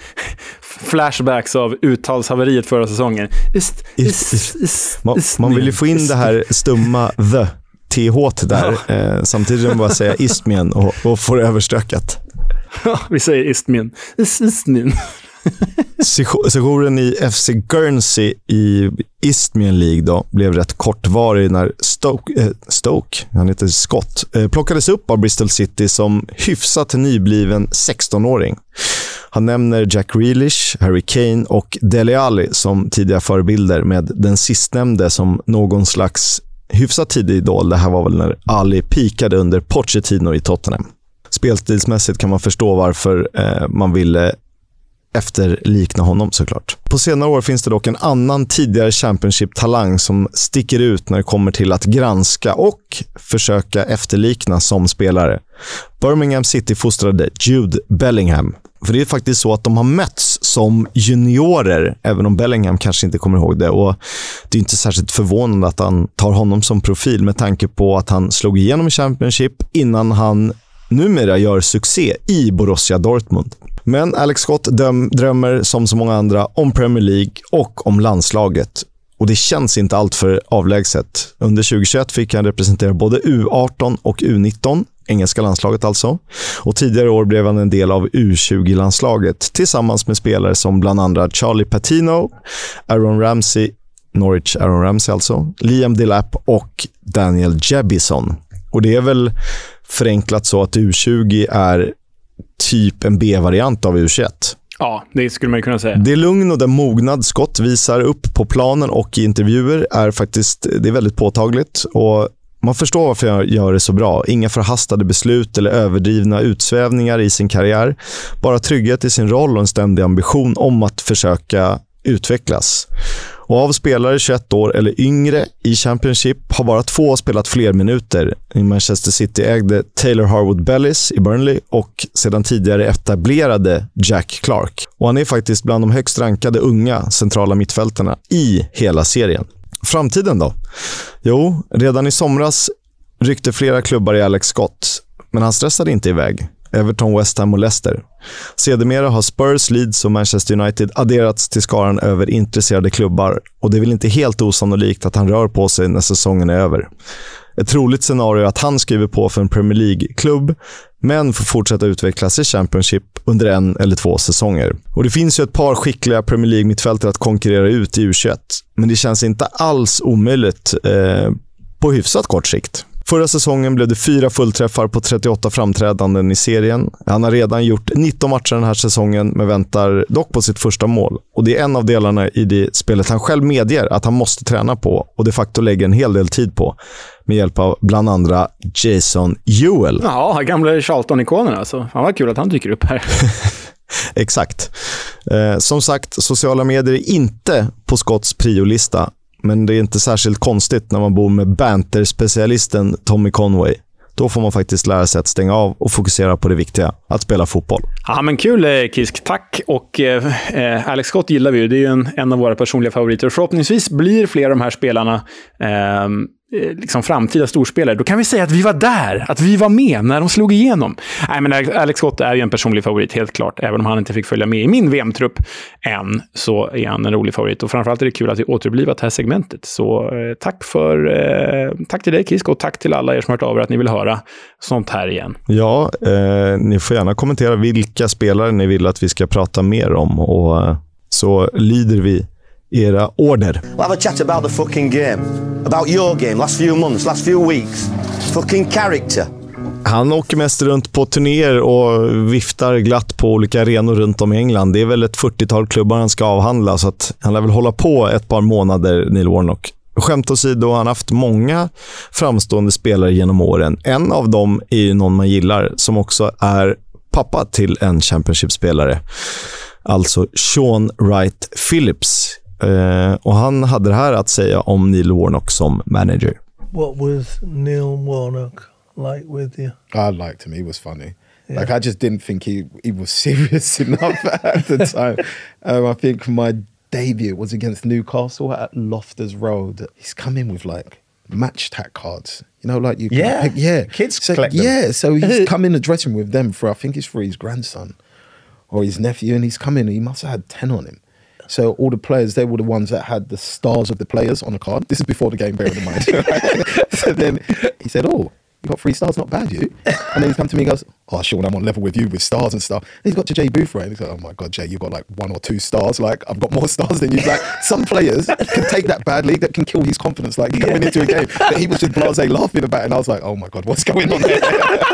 flashbacks av uttalshaveriet förra säsongen. Ist, ist, ist, ist, man, man vill ju få in det här stumma the, th där, ja. eh, samtidigt som man bara säga Isthmian och, och få det överstökat. Ja, vi säger Isthmian. Ist, Isthmian. Sessionen i F C Guernsey i Isthmian League då blev rätt kortvarig när Stoke, eh, Stoke han heter Scott, eh, plockades upp av Bristol City som hyfsat nybliven sexton-åring. Han nämner Jack Grealish, Harry Kane och Dele Alli som tidiga förebilder, med den sistnämnde som någon slags hyfsat tidig idol. Det här var väl när Ali pikade under Pochettino i Tottenham. Spelstilsmässigt kan man förstå varför eh, man ville efterlikna honom såklart. På senare år finns det dock en annan tidigare Championship-talang som sticker ut när det kommer till att granska och försöka efterlikna som spelare. Birmingham City fostrade Jude Bellingham. För det är faktiskt så att de har mötts som juniorer, även om Bellingham kanske inte kommer ihåg det. Och det är inte särskilt förvånande att han tar honom som profil med tanke på att han slog igenom i Championship innan han numera gör succé i Borussia Dortmund. Men Alex Scott döm, drömmer som så många andra om Premier League och om landslaget. Och det känns inte allt för avlägset. Under tjugohundratjugoett fick han representera både U arton och U nitton, engelska landslaget alltså. Och tidigare år blev han en del av U tjugo-landslaget tillsammans med spelare som bland andra Charlie Patino, Aaron Ramsey, Norwich Aaron Ramsey alltså, Liam Delap och Daniel Jebison. Och det är väl förenklat så att U tjugo är typ en B-variant av U tjugoett. Ja, det skulle man ju kunna säga. Det lugn och den mognad Scott visar upp på planen och i intervjuer är faktiskt, det är väldigt påtagligt, och man förstår varför jag gör det så bra. Inga förhastade beslut eller överdrivna utsvävningar i sin karriär. Bara trygghet i sin roll och en ständig ambition om att försöka utvecklas. Och av spelare tjugoett år eller yngre i Championship har bara två spelat fler minuter. I Manchester City ägde Taylor Harwood Bellis i Burnley och sedan tidigare etablerade Jack Clark. Och han är faktiskt bland de högst rankade unga centrala mittfältarna i hela serien. Framtiden då? Jo, redan i somras ryckte flera klubbar i Alex Scott, men han stressade inte iväg. Everton, West Ham och Leicester. Sedermera har Spurs, Leeds och Manchester United adderats till skaran över intresserade klubbar, och det är väl inte helt osannolikt att han rör på sig när säsongen är över. Ett troligt scenario är att han skriver på för en Premier League-klubb, men får fortsätta utvecklas i Championship under en eller två säsonger. Och det finns ju ett par skickliga Premier League-mittfältare att konkurrera ut i U tjugoett, men det känns inte alls omöjligt eh, på hyfsat kort sikt. Förra säsongen blev det fyra fullträffar på trettioåtta framträdanden i serien. Han har redan gjort nitton matcher den här säsongen, men väntar dock på sitt första mål. Och det är en av delarna i det spelet han själv medger att han måste träna på och de facto lägger en hel del tid på, med hjälp av bland andra Jason Ewell. Ja, gamla Charlton-ikonen alltså. Han var kul att han dyker upp här. Exakt. Eh, som sagt, sociala medier är inte på Scotts priolista. Men det är inte särskilt konstigt när man bor med banter-specialisten Tommy Conway. Då får man faktiskt lära sig att stänga av och fokusera på det viktiga, att spela fotboll. Ja, men kul Kisk, tack. Och eh, Alex Scott gillar vi ju. Det är ju en, en av våra personliga favoriter. Förhoppningsvis blir fler av de här spelarna eh, liksom framtida storspelare. Då kan vi säga att vi var där, att vi var med när de slog igenom. Nej, men Alex Scott är ju en personlig favorit, helt klart. Även om han inte fick följa med i min V M-trupp än, så är han en rolig favorit. Och framförallt är det kul att vi återupplivat det här segmentet. Så eh, tack för eh, tack till dig Kisk, och tack till alla er som har hört av er att ni vill höra sånt här igen. Ja, eh, ni får gärna kommentera vilka spelare ni vill att vi ska prata mer om, och eh, så lyder vi era order. We'll have a chat about the fucking game. About your game, last few months, last few weeks. Fucking character. Han åker mest runt på turnéer och viftar glatt på olika arenor runt om i England. Det är väl ett fyrtiotal klubbar han ska avhandla, så att han lär väl hålla på ett par månader, Neil Warnock. Skämt åsido, han har haft många framstående spelare genom åren. En av dem är ju någon man gillar, som också är pappa till en Championship-spelare. Alltså Sean Wright Phillips. Uh, och han hade det här att säga om Neil Warnock som manager. What was Neil Warnock like with you? I liked him. He was funny. Yeah. Like, I just didn't think he, he was serious enough at the time. Um, I think my debut was against Newcastle at Loftus Road. He's come in with like match tack cards. You know, like you can yeah, pick, yeah. Kids so, collect them. Yeah, so he's come in the dressing room with them for, I think it's for his grandson or his nephew, and he's come in, he must have had ten on him. So all the players, they were the ones that had the stars of the players on the card. This is before the game, bear in mind. So then he said, oh, you got three stars, not bad, you. And then he's come to me and goes, oh, Sean, I'm on level with you with stars and stuff. And he's got to Jay Boothroyd. And he's like, oh my God, Jay, you've got like one or two stars. Like, I've got more stars than you. Like, some players can take that badly, that can kill his confidence, like going into a game. But he was just blasé laughing about it. And I was like, oh my God, what's going on there?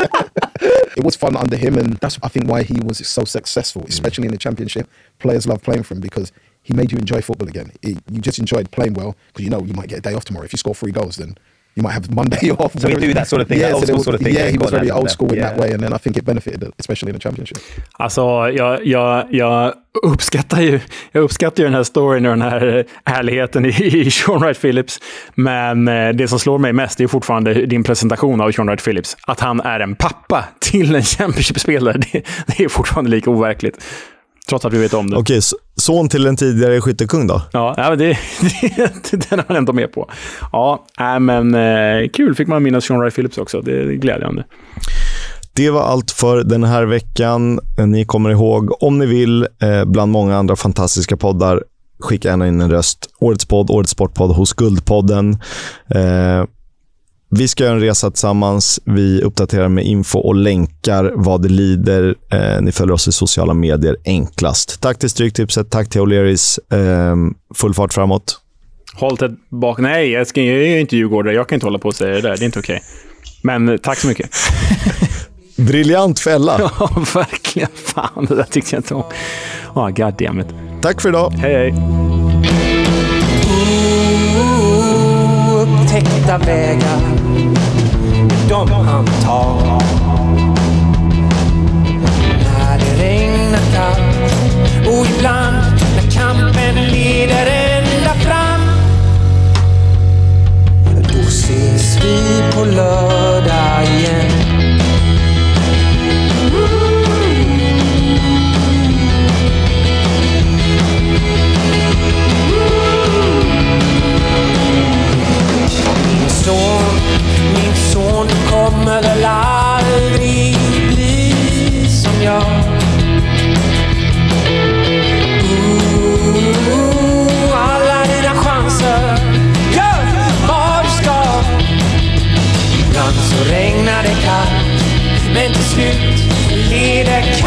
It was fun under him. And that's, I think, why he was so successful, especially in the Championship. Players love playing for him because he made you enjoy football again. It, you just enjoyed playing well because you know you might get a day off tomorrow. If you score three goals, then you might have Monday off. So we do that sort of thing, yeah, that old so school was, sort of thing. Yeah, he was very old there. school in yeah. that way, and then I think it benefited, especially in the Championship. Alltså, jag, jag, jag uppskattar ju jag uppskattar ju den här storyn och den här ärligheten i, i Sean Wright Phillips. Men det som slår mig mest är fortfarande din presentation av Sean Wright Phillips. Att han är en pappa till en Championship-spelare. Det, det är fortfarande lika overkligt. Trots att vi vet om det. Okej, son till en tidigare skyttekung då? Ja, ja det, det, den är man ändå med på. Ja, äh, men eh, kul fick man minnas Sean Wright Phillips också. Det är glädjande. Det var allt för den här veckan. Ni kommer ihåg, om ni vill, eh, bland många andra fantastiska poddar, skicka gärna in en röst. Årets podd, Årets sportpodd hos Guldpodden. Eh, Vi ska göra en resa tillsammans. Vi uppdaterar med info och länkar vad det lider. Eh, ni följer oss i sociala medier enklast. Tack till Stryktipset, tack till O'Learys. Eh, full fart framåt. Håll det bak. Nej, jag, ska, jag är inte djurgårdare. Jag kan inte hålla på och säga det där. Det är inte okej. Okay. Men tack så mycket. Briljant fälla. Ja, verkligen. Fan, det där tyckte jag inte om. Oh, God damn it. Tack för idag. Hej, hej. Upptäckta vägar, de han tar. När det regnar kallt och ibland när kampen leder ända fram, då ses vi på lördag igen. Min son, min son, du kommer väl aldrig bli som jag. Ooh, alla dina chanser, gör vad du ska. Ibland så regnar det kallt, men till slut leder